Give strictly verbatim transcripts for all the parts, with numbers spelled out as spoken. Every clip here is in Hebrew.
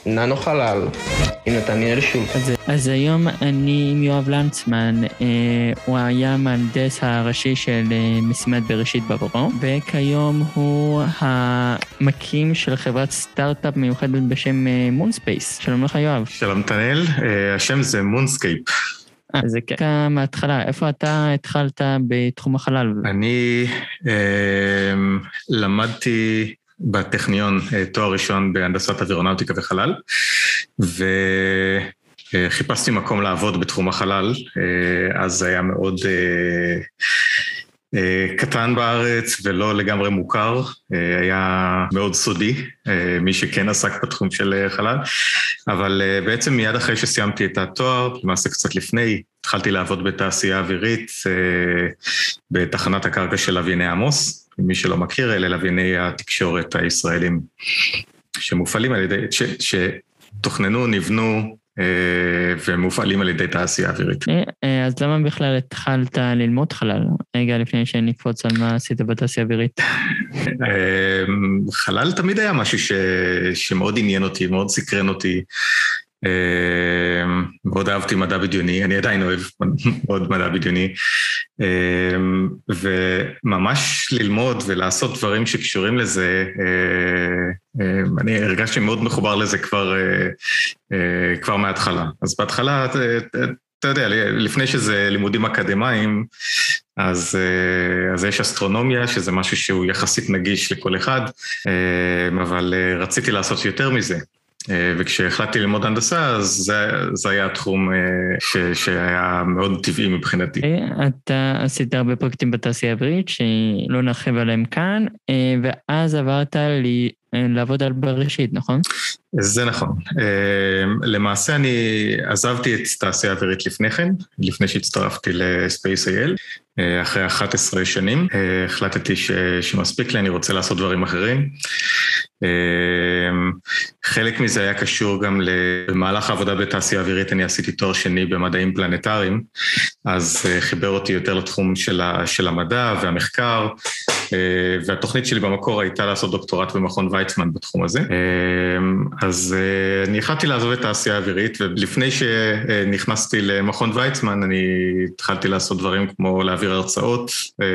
ננו חלל, עם נתניאל שוב. אז, אז היום אני עם יואב לנצמן, אה, הוא היה מהנדס הראשי של אה, משימת בראשית בעבורו, וכיום הוא המקים של חברת סטארט-אפ מיוחדת בשם אה, מונספייס. שלום לך יואב. שלום נתניאל, אה, השם זה מונסקייפ. זה ככה מההתחלה, איפה אתה התחלת בתחום החלל? אני אה, למדתי בטכניון תואר ראשון בהנדסת אווירונאוטיקה וחלל, וחיפשתי מקום לעבוד בתחום החלל, אז זה היה מאוד קטן בארץ ולא לגמרי מוכר, היה מאוד סודי, מי שכן עסק בתחום של חלל, אבל בעצם מיד אחרי שסיימתי את התואר, למעשה קצת לפני, התחלתי לעבוד בתעשייה אווירית, בתחנת הקרקע של לווייני עמוס, מי שלא מכיר, אלה לווייני התקשורת הישראלים, שמופעלים על ידי, ש, שתוכננו, נבנו, ומופעלים על ידי תעשייה אווירית. אז למה בכלל התחלת ללמוד חלל? רגע, לפני שנקפוץ על מה עשית בתעשייה אווירית. חלל תמיד היה משהו ש... שמאוד עניין אותי, מאוד סקרן אותי. מאוד אהבתי מדע בדיוני, אני עדיין אוהב מאוד מדע בדיוני. וממש ללמוד ולעשות דברים שקשורים לזה, אני הרגשתי מאוד מחובר לזה כבר, כבר מההתחלה. אז בהתחלה, אתה יודע, לפני שזה לימודים אקדמיים, אז, אז יש אסטרונומיה, שזה משהו שהוא יחסית נגיש לכל אחד, אבל רציתי לעשות יותר מזה. וכשהחלטתי ללמוד הנדסה, אז זה, זה היה התחום ש, שהיה מאוד טבעי מבחינתי. אתה עשית הרבה פרויקטים בתעשייה האווירית, שלא נרחיב עליהם כאן, ואז עברת לי לעבוד על בראשית, נכון? זה נכון. למעשה אני עזבתי את תעשייה האווירית לפני כן, לפני שהצטרפתי לספייס איי אל, אחרי אחת עשרה שנים, החלטתי ש, שמספיק לי, אני רוצה לעשות דברים אחרים. חלק מזה היה קשור גם למהלך העבודה בתעשייה האווירית, אני עשיתי תואר שני במדעים פלנטריים, אז חיבר אותי יותר לתחום של, ה, של המדע והמחקר, והתוכנית שלי במקור הייתה לעשות דוקטורט במכון ויצמן בתחום הזה. אז אני החלטתי לעזוב את תעשייה האווירית, ולפני שנכנסתי למכון ויצמן, אני התחלתי לעשות דברים כמו להעביר הרצאות,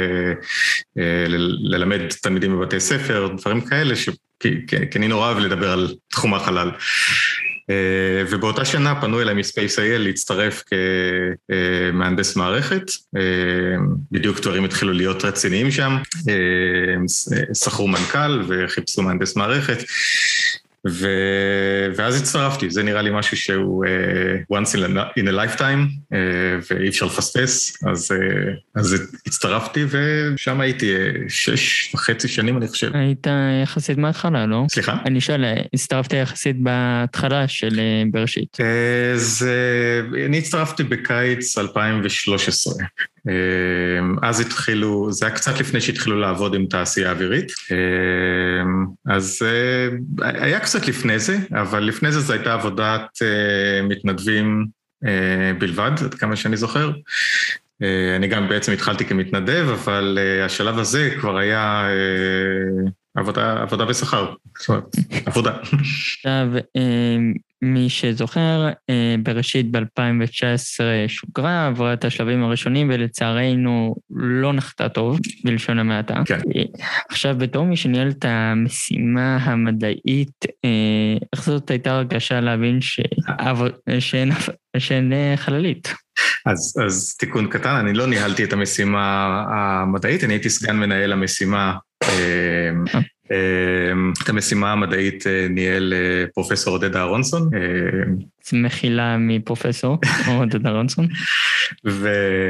ללמד תלמידים בבתי ספר, דברים כאלה, ש... כי, כי אני נורא אוהב לדבר על תחום החלל. ובאותה שנה פנו אליי מספייס איי אל להצטרף כמהנדס מערכת, בדיוק דברים התחילו להיות רציניים שם, שכרו מנכ"ל וחיפשו מהנדס מערכת, ו... ואז הצטרפתי, זה נראה לי משהו שהוא uh, once in a, in a lifetime, uh, ואי אפשר לפספס, אז, uh, אז הצטרפתי ושם הייתי uh, שש וחצי שנים אני חושב. היית יחסית מההתחלה, לא? סליחה? אני שואל, הצטרפת יחסית בהתחלה של uh, בראשית. Uh, זה, אני הצטרפתי בקיץ אלפיים ושלוש עשרה. אז התחילו, זה היה קצת לפני שהתחילו לעבוד עם תעשייה אווירית, אז היה קצת לפני זה, אבל לפני זה זו הייתה עבודת מתנדבים בלבד, עד כמה שאני זוכר. אני גם בעצם התחלתי כמתנדב, אבל השלב הזה כבר היה עבודה, עבודה בשכר, זאת אומרת, עבודה. עכשיו, מי שזוכר, בראשית ב-אלפיים תשע עשרה שוגרה, עברה את השלבים הראשונים, ולצערנו לא נחתה טוב, בלשון המעטה. כן. עכשיו, בתור מי שניהל את המשימה המדעית, איך זאת הייתה הרגשה להבין שאין, שאין חללית? אז, אז תיקון קטן, אני לא ניהלתי את המשימה המדעית, אני הייתי סגן מנהל המשימה, את המשימה המדעית ניהל פרופסור עודד אהרונסון. מחילה מפרופסור עודד אהרונסון. ו...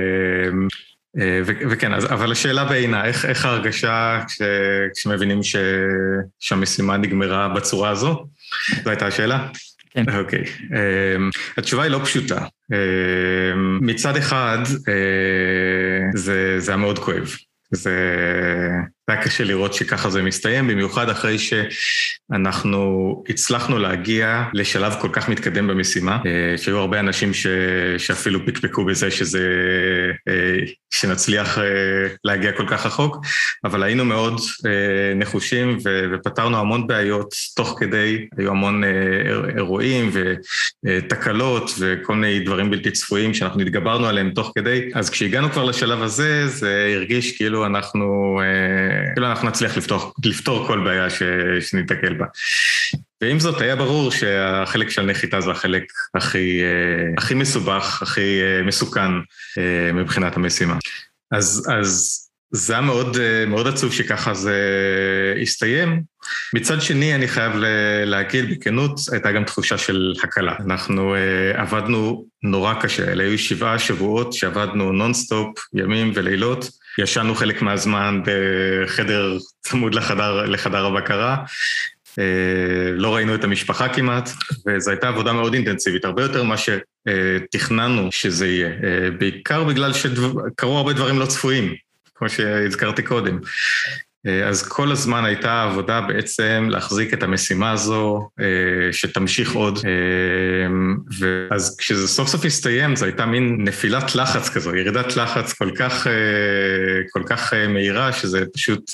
וכן, אבל השאלה בעינה, איך, איך ההרגשה כש, כשמבינים ש, שהמשימה נגמרה בצורה הזו? זו הייתה השאלה? כן. אוקיי. התשובה היא לא פשוטה. מצד אחד, זה, זה היה מאוד כואב. זה היה קשה לראות שככה זה מסתיים, במיוחד אחרי שאנחנו הצלחנו להגיע לשלב כל כך מתקדם במשימה, שהיו הרבה אנשים ש... שאפילו פקפקו בזה שזה שנצליח להגיע כל כך רחוק, אבל היינו מאוד נחושים ופתרנו המון בעיות תוך כדי, היו המון אירועים ותקלות וכל מיני דברים בלתי צפויים שאנחנו התגברנו עליהם תוך כדי, אז כשהגענו כבר לשלב הזה, זה הרגיש כאילו אנחנו, כאילו אנחנו נצליח לפתור, לפתור כל בעיה שניתקל בה. ועם זאת היה ברור שהחלק של נחיתה זה החלק הכי, הכי מסובך, הכי מסוכן מבחינת המשימה. אז, אז זה היה מאוד, מאוד עצוב שככה זה הסתיים. מצד שני, אני חייב להגיד, בכנות, הייתה גם תחושה של הקלה. אנחנו עבדנו נורא קשה, אלה היו שבעה שבועות שעבדנו נונסטופ, ימים ולילות, ישנו חלק מהזמן בחדר צמוד לחדר, לחדר הבקרה, לא ראינו את המשפחה כמעט, וזו הייתה עבודה מאוד אינטנסיבית, הרבה יותר מה שתכננו שזה יהיה, בעיקר בגלל שקרו הרבה דברים לא צפויים, כמו שהזכרתי קודם. אז כל הזמן הייתה עבודה בעצם להחזיק את המשימה הזו, שתמשיך עוד, ואז כשזה סוף סוף הסתיים, זו הייתה מין נפילת לחץ כזו, ירידת לחץ כל כך, כל כך מהירה, שזה פשוט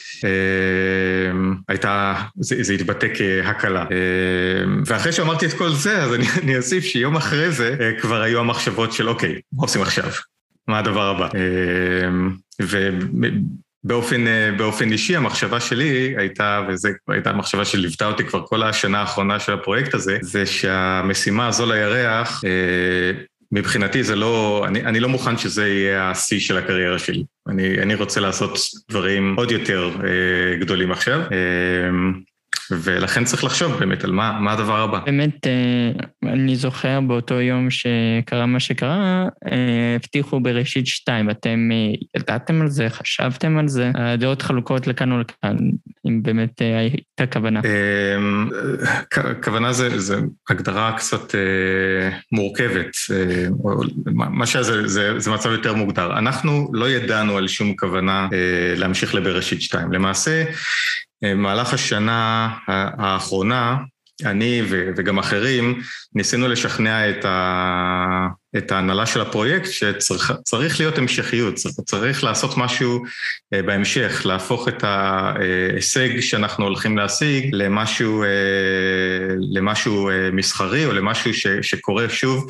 הייתה, זה, זה התבטא כהקלה. ואחרי שאמרתי את כל זה, אז אני, אני אוסיף שיום אחרי זה, כבר היו המחשבות של אוקיי, מה עושים עכשיו? מה הדבר הבא? ו... באופן, באופן אישי, המחשבה שלי הייתה, וזו הייתה המחשבה שליוותה אותי כבר כל השנה האחרונה של הפרויקט הזה, זה שהמשימה הזו לירח, מבחינתי זה לא, אני, אני לא מוכן שזה יהיה השיא של הקריירה שלי. אני, אני רוצה לעשות דברים עוד יותר גדולים עכשיו, ולכן צריך לחשוב באמת על מה, מה הדבר הבא. באמת, אני זוכר באותו יום שקרה מה שקרה, הבטיחו בראשית שתיים, אתם ידעתם על זה, חשבתם על זה, הדעות חלוקות לכאן או לכאן, אם באמת הייתה כוונה. כוונה זה, זה הגדרה קצת מורכבת, מה שזה, זה, זה מצב יותר מוגדר. אנחנו לא ידענו על שום כוונה להמשיך לבראשית שתיים. למעשה, במהלך השנה האחרונה, אני וגם אחרים, ניסינו לשכנע את, ה... את ההנהלה של הפרויקט שצריך להיות המשכיות, צריך לעשות משהו בהמשך, להפוך את ההישג שאנחנו הולכים להשיג למשהו, למשהו מסחרי או למשהו ש... שקורה שוב,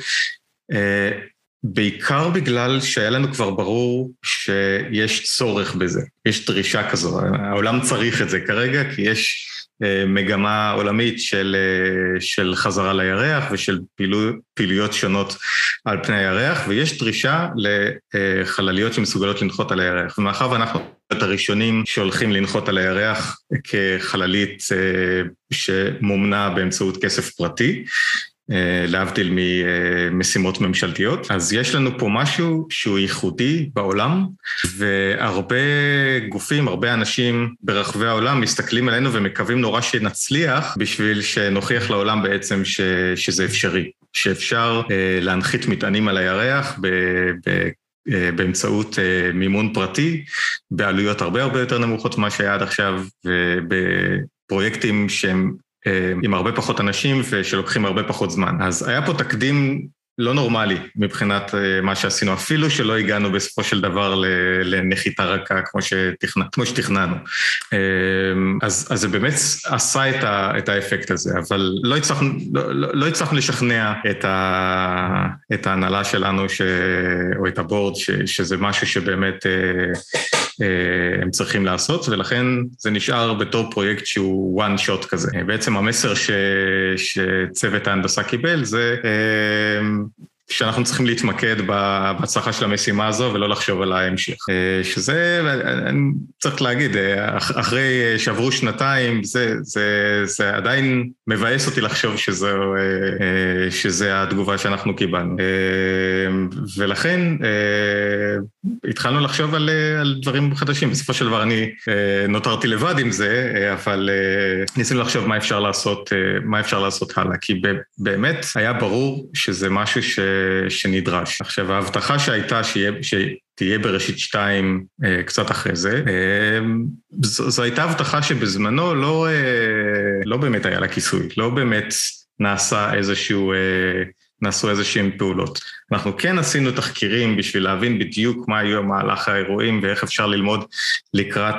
בעיקר בגלל שהיה לנו כבר ברור שיש צורך בזה, יש דרישה כזו, העולם צריך את זה כרגע, כי יש מגמה עולמית של, של חזרה לירח ושל פעילו, פעילויות שונות על פני הירח, ויש דרישה לחלליות שמסוגלות לנחות על הירח, ומאחר ואנחנו את הראשונים שהולכים לנחות על הירח כחללית שמומנה באמצעות כסף פרטי, להבדיל ממשימות ממשלתיות. אז יש לנו פה משהו שהוא ייחודי בעולם, והרבה גופים, הרבה אנשים ברחבי העולם מסתכלים עלינו ומקווים נורא שנצליח, בשביל שנוכיח לעולם בעצם ש, שזה אפשרי, שאפשר להנחית מטענים על הירח ב... ב באמצעות מימון פרטי, בעלויות הרבה הרבה יותר נמוכות ממה שהיה עד עכשיו, ובפרויקטים שהם עם הרבה פחות אנשים ושלוקחים הרבה פחות זמן. אז היה פה תקדים לא נורמלי מבחינת מה שעשינו, אפילו שלא הגענו בסופו של דבר לנחיתה רכה כמו שתכננו, כמו שתכננו. אז, אז זה באמת עשה את, ה, את האפקט הזה, אבל לא הצלחנו, לא, לא הצלחנו לשכנע את, ה, את ההנהלה שלנו ש, או את הבורד ש, שזה משהו שבאמת הם צריכים לעשות, ולכן זה נשאר בתור פרויקט שהוא one shot כזה. בעצם המסר ש, שצוות ההנדסה קיבל זה שאנחנו צריכים להתמקד בהצלחה של המשימה הזו ולא לחשוב על ההמשך. שזה, אני צריך להגיד, אחרי שעברו שנתיים, זה, זה, זה עדיין מבאס אותי לחשוב שזו, שזה התגובה שאנחנו קיבלנו. ולכן התחלנו לחשוב על, על דברים חדשים. בסופו של דבר אני נותרתי לבד עם זה, אבל ניסינו לחשוב מה אפשר לעשות, מה אפשר לעשות הלאה, כי באמת היה ברור שזה משהו ש... שנדרש. עכשיו, ההבטחה שהייתה שיהיה, שתהיה בראשית שתיים קצת אחרי זה, זו, זו הייתה הבטחה שבזמנו לא, לא באמת היה לה כיסוי, לא באמת נעשה איזשהו נעשו איזושהי פעולות. אנחנו כן עשינו תחקירים בשביל להבין בדיוק מה היו המהלך האירועים ואיך אפשר ללמוד לקראת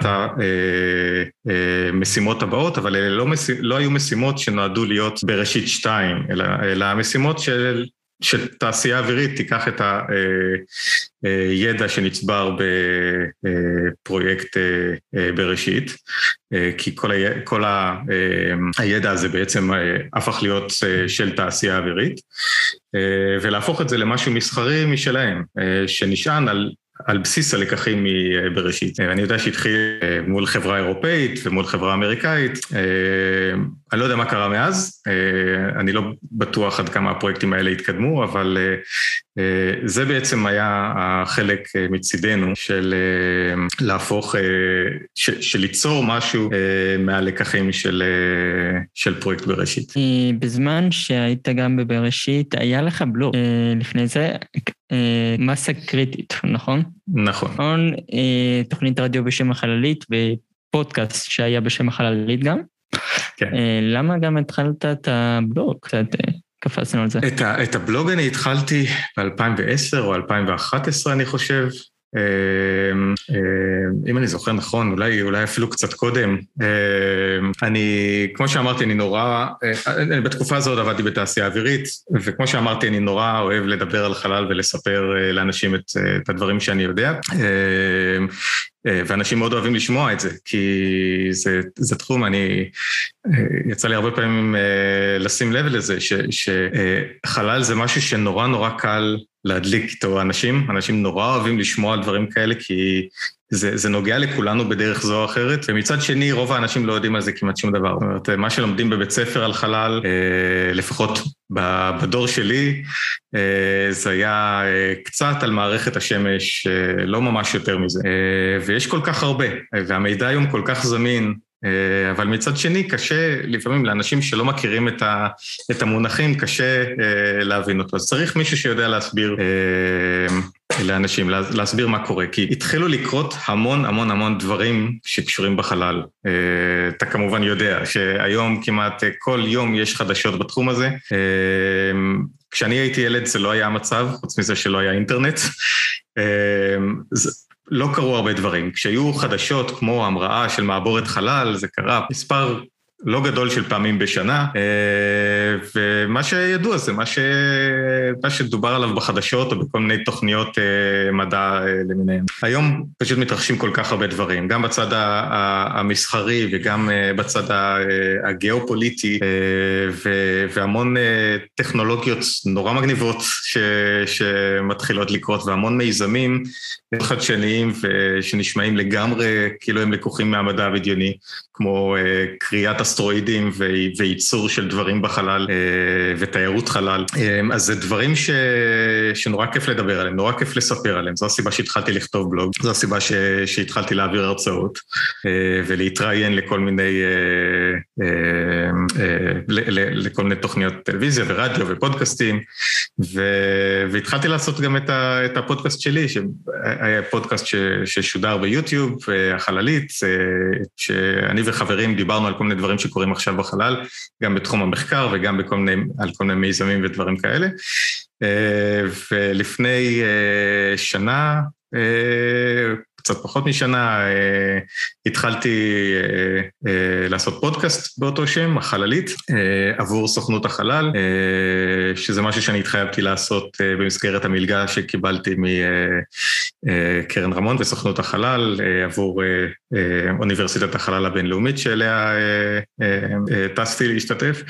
המשימות הבאות, אבל אלה לא, לא היו משימות שנועדו להיות בראשית שתיים, אלא, אלא המשימות של... שתעשייה אווירית תיקח את הידע שנצבר בפרויקט בראשית, כי כל, ה, כל ה, הידע הזה בעצם הפך להיות של תעשייה אווירית, ולהפוך את זה למשהו מסחרי משלהם, שנשען על על בסיס הלקחים מבראשית. אני יודע שהתחיל מול חברה אירופאית ומול חברה אמריקאית, אני לא יודע מה קרה מאז, אני לא בטוח עד כמה הפרויקטים האלה התקדמו, אבל זה בעצם היה החלק מצידנו של להפוך, של ליצור משהו מהלקחים של, של פרויקט בראשית. בזמן שהיית גם בבראשית, היה לך בלוג לפני זה, מסה קריטית, נכון? נכון. תוכנית רדיו בשם החללית ופודקאסט שהיה בשם החללית גם. כן. למה גם התחלת את הבלוג? קצת קפצנו על זה. את, ה, את הבלוג אני התחלתי ב-אלפיים ועשר או אלפיים ואחת עשרה אני חושב. אם אני זוכר נכון, אולי, אולי אפילו קצת קודם. אני, כמו שאמרתי, אני נורא, אני בתקופה הזאת עבדתי בתעשייה אווירית, וכמו שאמרתי, אני נורא אוהב לדבר על חלל ולספר לאנשים את, את הדברים שאני יודע. ואנשים מאוד אוהבים לשמוע את זה, כי זה, זה תחום, אני, יצא לי הרבה פעמים לשים לב לזה, ש, שחלל זה משהו שנורא נורא קל להדליק איתו אנשים, אנשים נורא אוהבים לשמוע על דברים כאלה, כי זה, זה נוגע לכולנו בדרך זו או אחרת, ומצד שני רוב האנשים לא יודעים על זה כמעט שום דבר. זאת אומרת, מה שלומדים בבית ספר על חלל, לפחות בדור שלי, זה היה קצת על מערכת השמש, לא ממש יותר מזה. ויש כל כך הרבה, והמידע היום כל כך זמין, אבל מצד שני קשה לפעמים לאנשים שלא מכירים את, ה, את המונחים, קשה להבין אותו. אז צריך מישהו שיודע להסביר לאנשים, להסביר מה קורה, כי התחילו לקרות המון המון המון דברים שקשורים בחלל. אתה כמובן יודע שהיום כמעט כל יום יש חדשות בתחום הזה. כשאני הייתי ילד זה לא היה המצב, חוץ מזה שלא היה אינטרנט. זה... לא קרו הרבה דברים. כשהיו חדשות כמו המראה של מעבורת חלל, זה קרה מספר לא גדול של פעמים בשנה, ומה שידוע זה מה, ש... מה שדובר עליו בחדשות או בכל מיני תוכניות מדע למיניהם. היום פשוט מתרחשים כל כך הרבה דברים, גם בצד המסחרי וגם בצד הגיאופוליטי, והמון טכנולוגיות נורא מגניבות ש... שמתחילות לקרות, והמון מיזמים חדשניים שנשמעים לגמרי כאילו הם לקוחים מהמדע הבדיוני, כמו קריאת אסטרואידים וייצור של דברים בחלל ותיירות חלל. אז זה דברים ש... שנורא כיף לדבר עליהם, נורא כיף לספר עליהם. זו הסיבה שהתחלתי לכתוב בלוג, זו הסיבה ש... שהתחלתי להעביר הרצאות ולהתראיין לכל מיני, לכל מיני תוכניות טלוויזיה ורדיו ופודקאסטים, ו... והתחלתי לעשות גם את הפודקאסט שלי, שהיה פודקאסט ש... ששודר ביוטיוב, החללית, שאני וחברים דיברנו על כל מיני דברים שקורים עכשיו בחלל, גם בתחום המחקר וגם בכל מיני, על כל מיני מיזמים ודברים כאלה. ולפני שנה, קצת פחות משנה, התחלתי לעשות פודקאסט באותו שם, החללית, עבור סוכנות החלל, שזה משהו שאני התחייבתי לעשות במסגרת המלגה שקיבלתי מקרן רמון וסוכנות החלל, עבור אוניברסיטת החלל הבינלאומית שאליה טסתי להשתתף,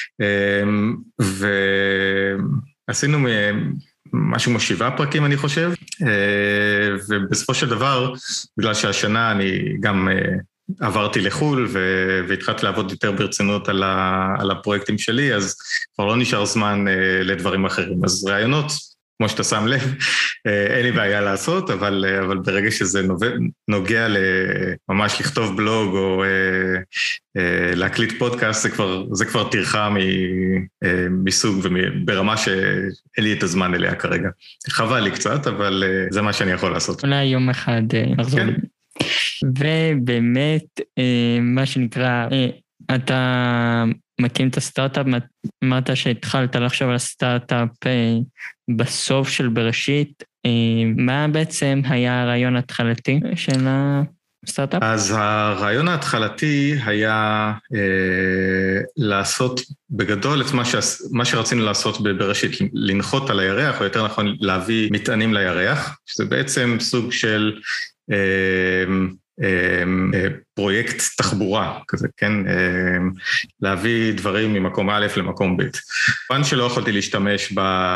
ועשינו משהו כמו שבעה פרקים אני חושב, ובסופו של דבר, בגלל שהשנה אני גם עברתי לחול והתחלתי לעבוד יותר ברצינות על הפרויקטים שלי, אז כבר לא נשאר זמן לדברים אחרים. אז רעיונות, כמו שאתה שם לב, אין לי בעיה לעשות, אבל, אבל ברגע שזה נוגע ממש לכתוב בלוג או להקליט פודקאסט, זה כבר, זה כבר תרחה מסוג וברמה שאין לי את הזמן אליה כרגע. חבל לי קצת, אבל זה מה שאני יכול לעשות. אולי יום אחד נחזור. כן. ובאמת, מה שנקרא, אתה מקים את הסטארט-אפ, אמרת שהתחלת לחשוב על הסטארט-אפ בסוף של בראשית, מה בעצם היה הרעיון ההתחלתי של הסטארט-אפ? אז הרעיון ההתחלתי היה אה, לעשות בגדול את מה, ש... מה שרצינו לעשות בראשית, לנחות על הירח, או יותר נכון להביא מטענים לירח, שזה בעצם סוג של אה, פרויקט תחבורה כזה, כן? להביא דברים ממקום א' למקום ב'. כמובן שלא יכולתי להשתמש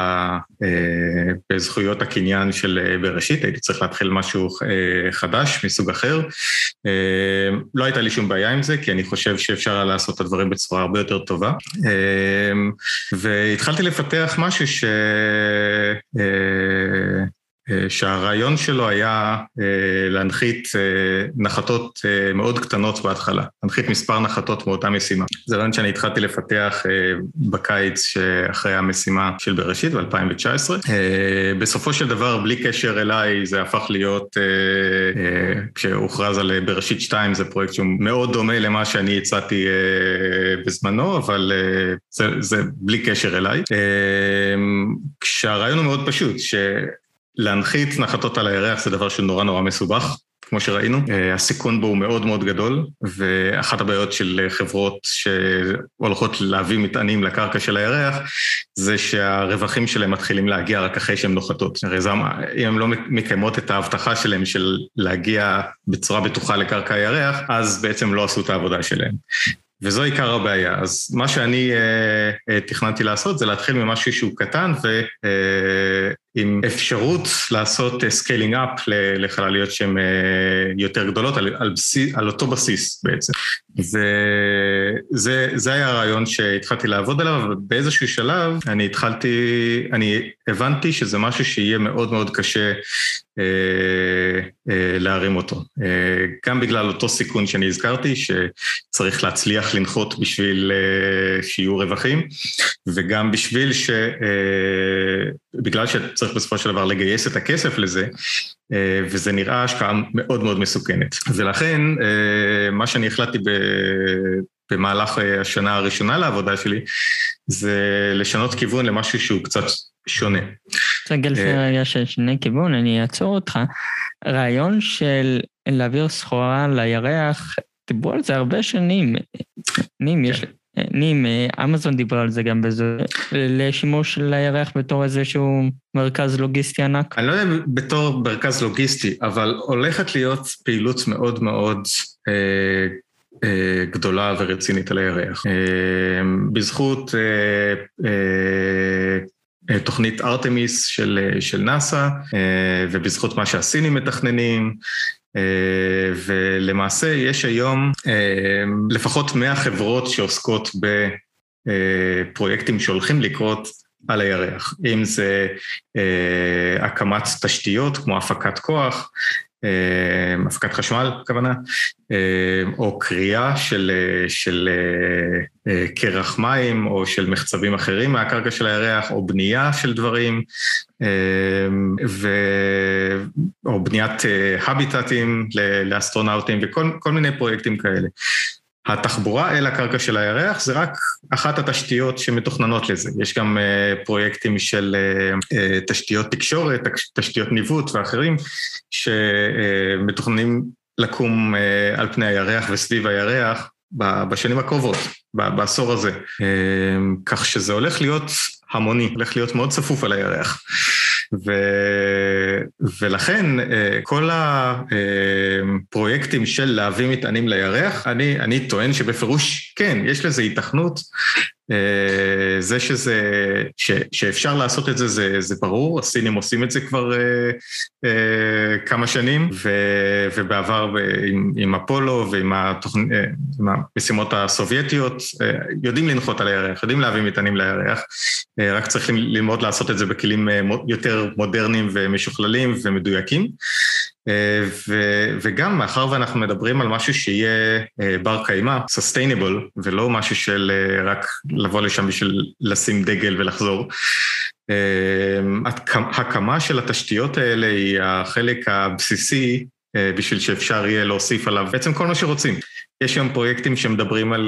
בזכויות הקניין של בראשית, הייתי צריך להתחיל משהו חדש מסוג אחר. לא הייתה לי שום בעיה עם זה, כי אני חושב שאפשר לעשות את הדברים בצורה הרבה יותר טובה. והתחלתי לפתח משהו ש... שהרעיון שלו היה להנחית נחתות מאוד קטנות בהתחלה, להנחית מספר נחתות מאותה משימה. זה רעיון שאני התחלתי לפתח בקיץ שאחרי המשימה של בראשית ב-אלפיים תשע עשרה. בסופו של דבר, בלי קשר אליי, זה הפך להיות, כשהוכרז על בראשית שתיים, זה פרויקט שהוא מאוד דומה למה שאני הצעתי בזמנו, אבל זה, זה בלי קשר אליי. כשהרעיון הוא מאוד פשוט, ש... להנחית נחתות על הירח זה דבר שנורא נורא מסובך, כמו שראינו. הסיכון בו הוא מאוד מאוד גדול, ואחת הבעיות של חברות שהולכות להביא מטענים לקרקע של הירח, זה שהרווחים שלהם מתחילים להגיע רק אחרי שהן נוחתות. הרי זה, אם הן לא מקיימות את ההבטחה שלהם של להגיע בצורה בטוחה לקרקע הירח, אז בעצם לא עשו את העבודה שלהם. וזו עיקר הבעיה. אז מה שאני אה, תכננתי לעשות זה להתחיל ממשהו שהוא קטן ועם אה, אפשרות לעשות סקיילינג אפ לחלליות שהן אה, יותר גדולות על, על, בסיס, על אותו בסיס בעצם. וזה זה היה הרעיון שהתחלתי לעבוד עליו, ובאיזשהו שלב אני התחלתי, אני הבנתי שזה משהו שיהיה מאוד מאוד קשה אה, אה, להרים אותו. אה, גם בגלל אותו סיכון שאני הזכרתי, שצריך להצליח לנחות בשביל אה, שיהיו רווחים, וגם בשביל ש... אה, בגלל שצריך בסופו של דבר לגייס את הכסף לזה, וזה נראה השקעה מאוד מאוד מסוכנת. ולכן, מה שאני החלטתי במהלך השנה הראשונה לעבודה שלי, זה לשנות כיוון למשהו שהוא קצת שונה. רגע לפני רגע של שני כיוון, אני אעצור אותך. רעיון של להעביר סחורה לירח, דיברו על זה הרבה שנים. נים, יש... נים, אמזון דיבר על זה גם בזה, לשימוש לירח בתור איזשהו מרכז לוגיסטי ענק. אני לא יודע בתור מרכז לוגיסטי, אבל הולכת להיות פעילות מאוד מאוד אה, אה, גדולה ורצינית על הירח. אה, בזכות אה, אה, תוכנית ארטמיס של, של נאסא, אה, ובזכות מה שהסינים מתכננים, ולמעשה יש היום לפחות מאה חברות שעוסקות בפרויקטים שהולכים לקרות על הירח, אם זה הקמת תשתיות כמו הפקת כוח, הפקת חשמל, כוונה, או קריאה של, של קרח מים, או של מחצבים אחרים מהקרקע של הירח, או בנייה של דברים, ו... או בניית הביטטים לאסטרונאוטים, וכל כל מיני פרויקטים כאלה. התחבורה אל הקרקע של הירח זה רק אחת התשתיות שמתוכננות לזה. יש גם uh, פרויקטים של uh, תשתיות תקשורת, תשתיות ניווט ואחרים, שמתוכננים לקום uh, על פני הירח וסביב הירח בשנים הקרובות, בעשור הזה. Uh, כך שזה הולך להיות המוני, הולך להיות מאוד צפוף על הירח. ו... ולכן כל הפרויקטים של להביא מטענים לירח, אני, אני טוען שבפירוש כן, יש לזה התכנות, זה שזה, ש, שאפשר לעשות את זה, זה, זה ברור, הסינים עושים את זה כבר כמה שנים, ו, ובעבר עם, עם אפולו ועם התוכנ... עם המשימות הסובייטיות, יודעים לנחות על הירח, יודעים להביא מטענים לירח, רק צריכים ללמוד לעשות את זה בכלים יותר מודרניים ומשוכללים ומדויקים, ו- וגם מאחר ואנחנו מדברים על משהו שיהיה בר קיימא, sustainable, ולא משהו של רק לבוא לשם בשביל לשים דגל ולחזור. הקמה של התשתיות האלה היא החלק הבסיסי בשביל שאפשר יהיה להוסיף עליו בעצם כל מה שרוצים. יש היום פרויקטים שמדברים על,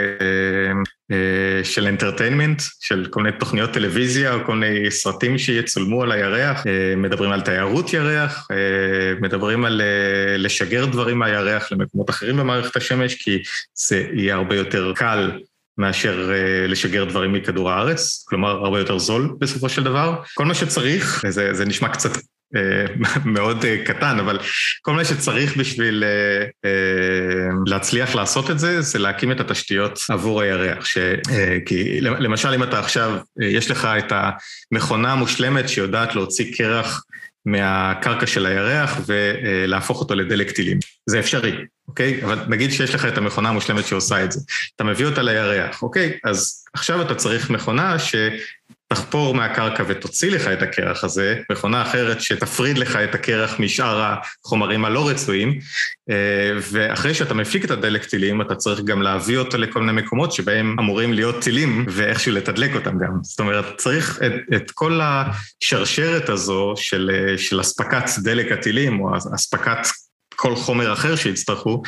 של entertainment, של כל מיני תוכניות טלוויזיה, או כל מיני סרטים שיצולמו על הירח, מדברים על תיירות ירח, מדברים על לשגר דברים מהירח למקומות אחרים במערכת השמש, כי זה יהיה הרבה יותר קל מאשר לשגר דברים מכדור הארץ, כלומר הרבה יותר זול בסופו של דבר. כל מה שצריך, זה, זה נשמע קצת מאוד קטן, אבל כל מה שצריך בשביל להצליח לעשות את זה, זה להקים את התשתיות עבור הירח. ש... כי למשל, אם אתה עכשיו, יש לך את המכונה המושלמת שיודעת להוציא קרח מהקרקע של הירח ולהפוך אותו לדלק טילים. זה אפשרי, אוקיי? אבל נגיד שיש לך את המכונה המושלמת שעושה את זה. אתה מביא אותה לירח, אוקיי? אז עכשיו אתה צריך מכונה ש... תחפור מהקרקע ותוציא לך את הקרח הזה, מכונה אחרת שתפריד לך את הקרח משאר החומרים הלא רצויים, ואחרי שאתה מפיק את הדלק טילים, אתה צריך גם להביא אותו לכל מיני מקומות שבהם אמורים להיות טילים, ואיכשהו לתדלק אותם גם. זאת אומרת, צריך את, את כל השרשרת הזו של, של הספקת דלק הטילים, או הספקת כל חומר אחר שיצטרכו,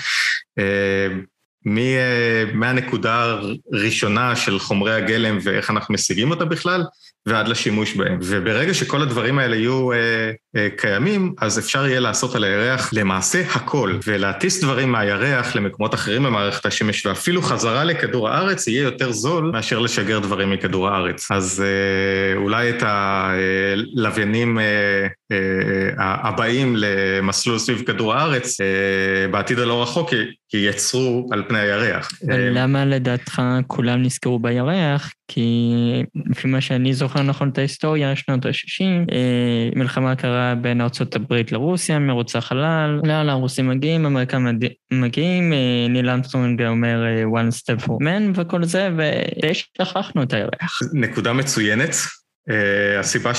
מהנקודה הראשונה של חומרי הגלם ואיך אנחנו משיגים אותה בכלל, ועד לשימוש בהם. וברגע שכל הדברים האלה יהיו אה, אה, קיימים, אז אפשר יהיה לעשות על הירח למעשה הכל, ולהטיס דברים מהירח למקומות אחרים במערכת השמש, ואפילו חזרה לכדור הארץ יהיה יותר זול מאשר לשגר דברים מכדור הארץ. אז אה, אולי את הלוויינים אה, אה, הבאים למסלול סביב כדור הארץ, אה, בעתיד הלא רחוק, כי יצרו על פני הירח. ולמה לדעתך כולם נזכרו בירח? כי לפי מה שאני זוכר נכון את ההיסטוריה, שנות ה-שישים, מלחמה קרה בין ארצות הברית לרוסיה, מרוץ החלל, לאן הרוסים מגיעים, אמריקאים מגיעים, ניל אמסטרונג אומר one step for man וכל זה, ושכחנו את הירח. נקודה מצוינת. Uh, הסיבה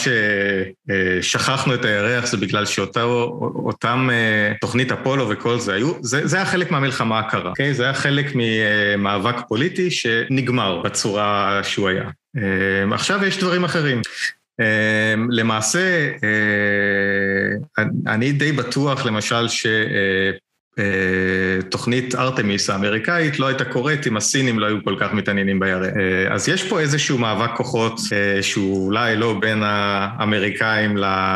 ששכחנו את הירח זה בגלל שאותם uh, תוכנית אפולו וכל זה היו, זה, זה היה חלק מהמלחמה הקרה, okay? זה היה חלק ממאבק פוליטי שנגמר בצורה שהוא היה. Uh, עכשיו יש דברים אחרים. Uh, למעשה, uh, אני די בטוח למשל ש... Uh, תוכנית ארטמיס האמריקאית לא הייתה קורית אם הסינים לא היו כל כך מתעניינים בירח. אז יש פה איזשהו מאבק כוחות שהוא אולי לא בין האמריקאים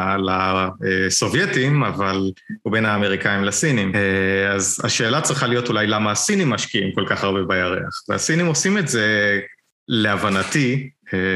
לסובייטים, אבל הוא בין האמריקאים לסינים. אז השאלה צריכה להיות אולי למה הסינים משקיעים כל כך הרבה בירח. והסינים עושים את זה להבנתי,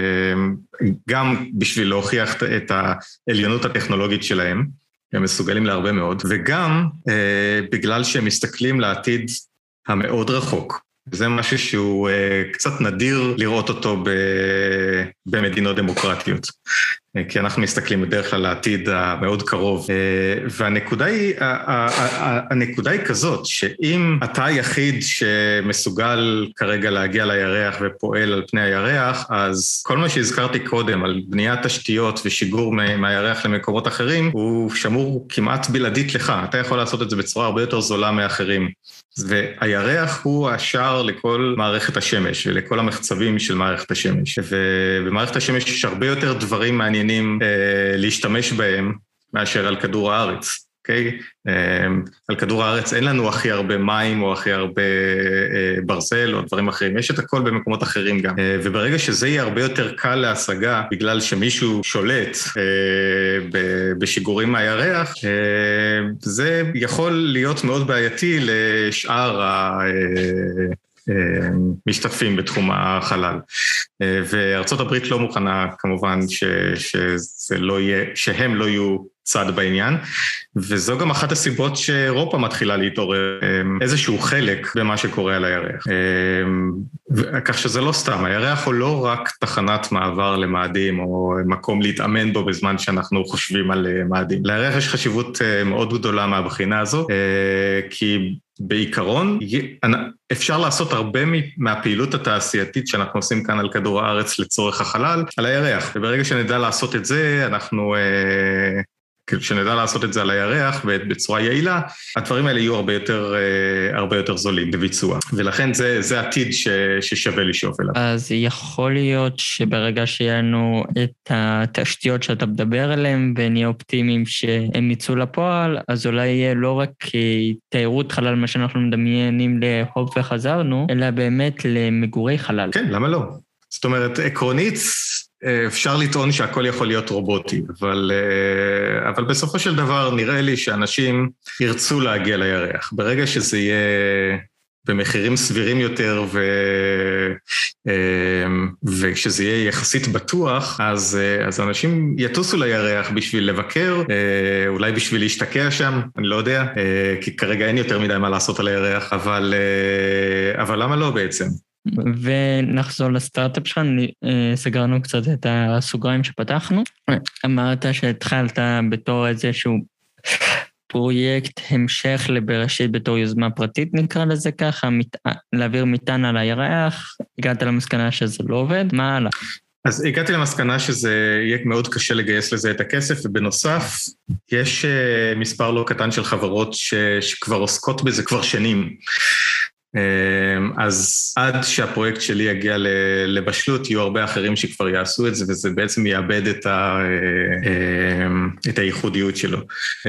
גם בשביל להוכיח את העליונות הטכנולוגית שלהם, הם מסוגלים להרבה מאוד, וגם אה, בגלל שהם מסתכלים לעתיד המאוד רחוק. זה משהו שהוא אה, קצת נדיר לראות אותו ב, במדינות דמוקרטיות. אה, כי אנחנו מסתכלים בדרך כלל לעתיד המאוד קרוב. אה, והנקודה היא, הנקודה היא כזאת, שאם אתה היחיד שמסוגל כרגע להגיע לירח ופועל על פני הירח, אז כל מה שהזכרתי קודם על בניית תשתיות ושיגור מהירח למקומות אחרים, הוא שמור כמעט בלעדית לך. אתה יכול לעשות את זה בצורה הרבה יותר זולה מאחרים. והירח הוא השער לכל מערכת השמש ולכל המחצבים של מערכת השמש. ובמערכת השמש יש הרבה יותר דברים מעניינים אה, להשתמש בהם מאשר על כדור הארץ. אוקיי? על כדור הארץ אין לנו הכי הרבה מים או הכי הרבה ברזל או דברים אחרים, יש את הכל במקומות אחרים גם. וברגע שזה יהיה הרבה יותר קל להשגה, בגלל שמישהו שולט בשיגורים מהירח, זה יכול להיות מאוד בעייתי לשאר ה... משתתפים בתחום החלל. וארצות הברית לא מוכנה כמובן ש, שזה לא יהיה, שהם לא יהיו צד בעניין, וזו גם אחת הסיבות שאירופה מתחילה להתעורר איזשהו חלק במה שקורה על הירח. כך שזה לא סתם, הירח הוא לא רק תחנת מעבר למאדים או מקום להתאמן בו בזמן שאנחנו חושבים על מאדים. לירח יש חשיבות מאוד גדולה מהבחינה הזו, כי בעיקרון אפשר לעשות הרבה מהפעילות התעשייתית שאנחנו עושים כאן על כדור הארץ לצורך החלל, על הירח. וברגע שנדע לעשות את זה, אנחנו כשנדע לעשות את זה על הירח בצורה יעילה, הדברים האלה יהיו הרבה יותר, הרבה יותר זולים בביצוע. ולכן זה, זה עתיד ש, ששווה לשאוף אליו. אז יכול להיות שברגע שיהיה לנו את התשתיות שאתה מדבר עליהן, ונהיה אופטימיים שהם יצאו לפועל, אז אולי יהיה לא רק תיירות חלל, מה שאנחנו מדמיינים להופ וחזרנו, אלא באמת למגורי חלל. כן, למה לא? זאת אומרת, עקרונית, אפשר לטעון שהכל יכול להיות רובוטי, אבל, אבל בסופו של דבר נראה לי שאנשים ירצו להגיע לירח. ברגע שזה יהיה במחירים סבירים יותר ו, וכשזה יהיה יחסית בטוח, אז, אז אנשים יטוסו לירח בשביל לבקר, אולי בשביל להשתקע שם, אני לא יודע, כי כרגע אין יותר מדי מה לעשות על הירח, אבל, אבל למה לא בעצם? ונחזור לסטארט-אפ שלך, סגרנו קצת את הסוגריים שפתחנו. אמרת שהתחלת בתור איזשהו פרויקט המשך לבראשית בתור יוזמה פרטית, נקרא לזה ככה, להעביר מטען על הירח, הגעת למסקנה שזה לא עובד, מה הלאה? אז הגעתי למסקנה שזה יהיה מאוד קשה לגייס לזה את הכסף, ובנוסף יש מספר לא קטן של חברות ש... שכבר עוסקות בזה כבר שנים. אז עד שהפרויקט שלי יגיע לבשלות, יהיו הרבה אחרים שכבר יעשו את זה, וזה בעצם יאבד את, ה, את הייחודיות שלו.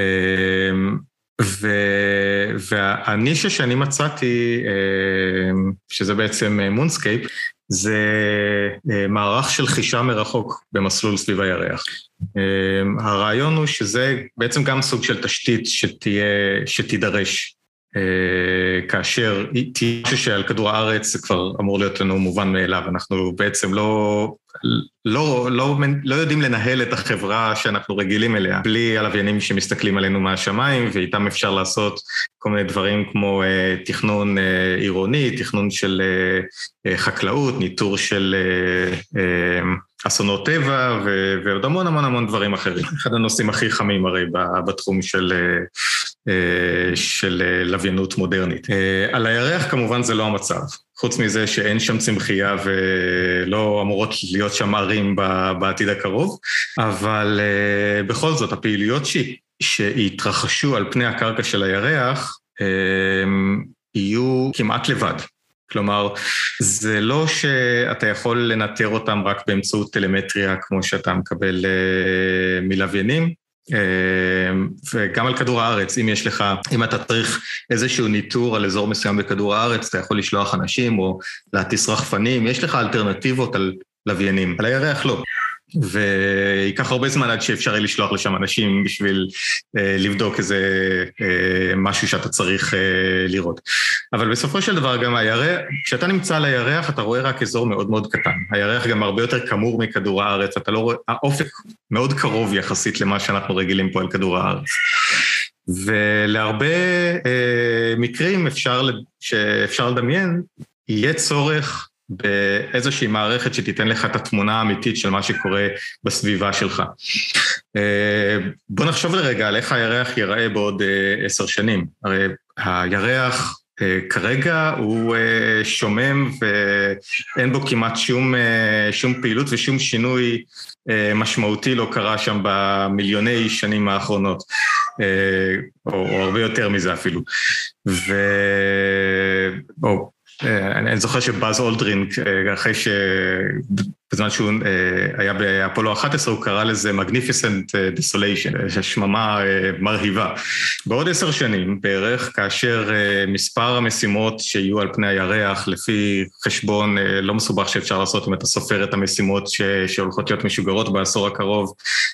והנישה שאני מצאתי, שזה בעצם מונסקייפ, זה מערך של חישה מרחוק במסלול סביב הירח. הרעיון הוא שזה בעצם גם סוג של תשתית שתהיה, שתידרש. כאשר תהיה משהו שעל כדור הארץ זה כבר אמור להיות לנו מובן מאליו, אנחנו בעצם לא, לא, לא, לא יודעים לנהל את החברה שאנחנו רגילים אליה, בלי הלוויינים שמסתכלים עלינו מהשמיים, ואיתם אפשר לעשות כל מיני דברים כמו תכנון עירוני, תכנון של חקלאות, ניטור של אסונות טבע, ועוד המון המון המון דברים אחרים. אחד הנושאים הכי חמים הרי בתחום של, של לוויינות מודרנית. על הירח כמובן זה לא המצב. חוץ מזה שאין שם צמחייה ולא אמורות להיות שם ערים בעתיד הקרוב, אבל בכל זאת הפעילויות שהתרחשו על פני הקרקע של הירח יהיו כמעט לבד. כלומר, זה לא שאתה יכול לנטר אותם רק באמצעות טלמטריה כמו שאתה מקבל מלוויינים, וגם על כדור הארץ, אם יש לך, אם אתה צריך איזשהו ניטור על אזור מסוים בכדור הארץ, אתה יכול לשלוח אנשים או להטיס רחפנים, יש לך אלטרנטיבות על לוויינים, על הירח לא. ויקח הרבה זמן עד שאפשר יהיה לשלוח לשם אנשים בשביל אה, לבדוק איזה אה, משהו שאתה צריך אה, לראות. אבל בסופו של דבר גם הירח, כשאתה נמצא על הירח אתה רואה רק אזור מאוד מאוד קטן. הירח גם הרבה יותר כמור מכדור הארץ, אתה לא רואה, האופק מאוד קרוב יחסית למה שאנחנו רגילים פה על כדור הארץ. ולהרבה אה, מקרים אפשר, שאפשר לדמיין, יהיה צורך באיזושהי מערכת שתיתן לך את התמונה האמיתית של מה שקורה בסביבה שלך. בוא נחשוב לרגע על איך הירח ייראה בעוד עשר שנים. הרי הירח כרגע הוא שומם ואין בו כמעט שום, שום פעילות ושום שינוי משמעותי לא קרה שם במיליוני שנים האחרונות, או, או הרבה יותר מזה אפילו. ו... או... אני זוכר שבאז אולדרין, אחרי שבזמן שהוא היה באפולו אחת עשרה, הוא קרא לזה Magnificent Desolation, שממה מרהיבה. בעוד עשר שנים בערך, כאשר מספר המשימות שיהיו על פני הירח, לפי חשבון לא מסובך שאפשר לעשות, אם אתה סופר את המשימות שהולכות להיות משוגרות בעשור הקרוב,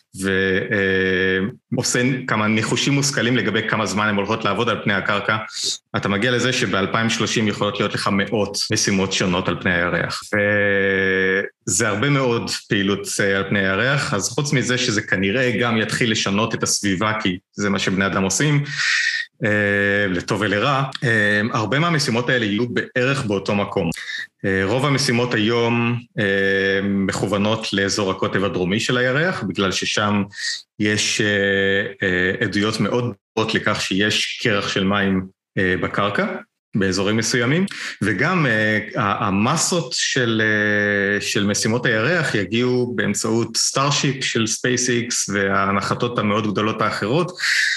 ועושה כמה ניחושים מושכלים לגבי כמה זמן הן הולכות לעבוד על פני הקרקע, אתה מגיע לזה שב-אלפיים ושלושים יכולות להיות לך מאות משימות שונות על פני הירח. וזה הרבה מאוד פעילות על פני הירח, אז חוץ מזה שזה כנראה גם יתחיל לשנות את הסביבה, כי זה מה שבני אדם עושים, לטוב ולרע, הרבה מהמשימות האלה יהיו בערך באותו מקום. רוב המשימות היום מכוונות לאזור הקוטב הדרומי של הירח, בגלל ששם יש עדויות מאוד גדולות לכך שיש קרח של מים בקרקע, באזורים מסוימים, וגם uh, המסות של, uh, של משימות הירח יגיעו באמצעות סטארשיפ של ספייס-איקס והנחתות המאוד גדולות האחרות,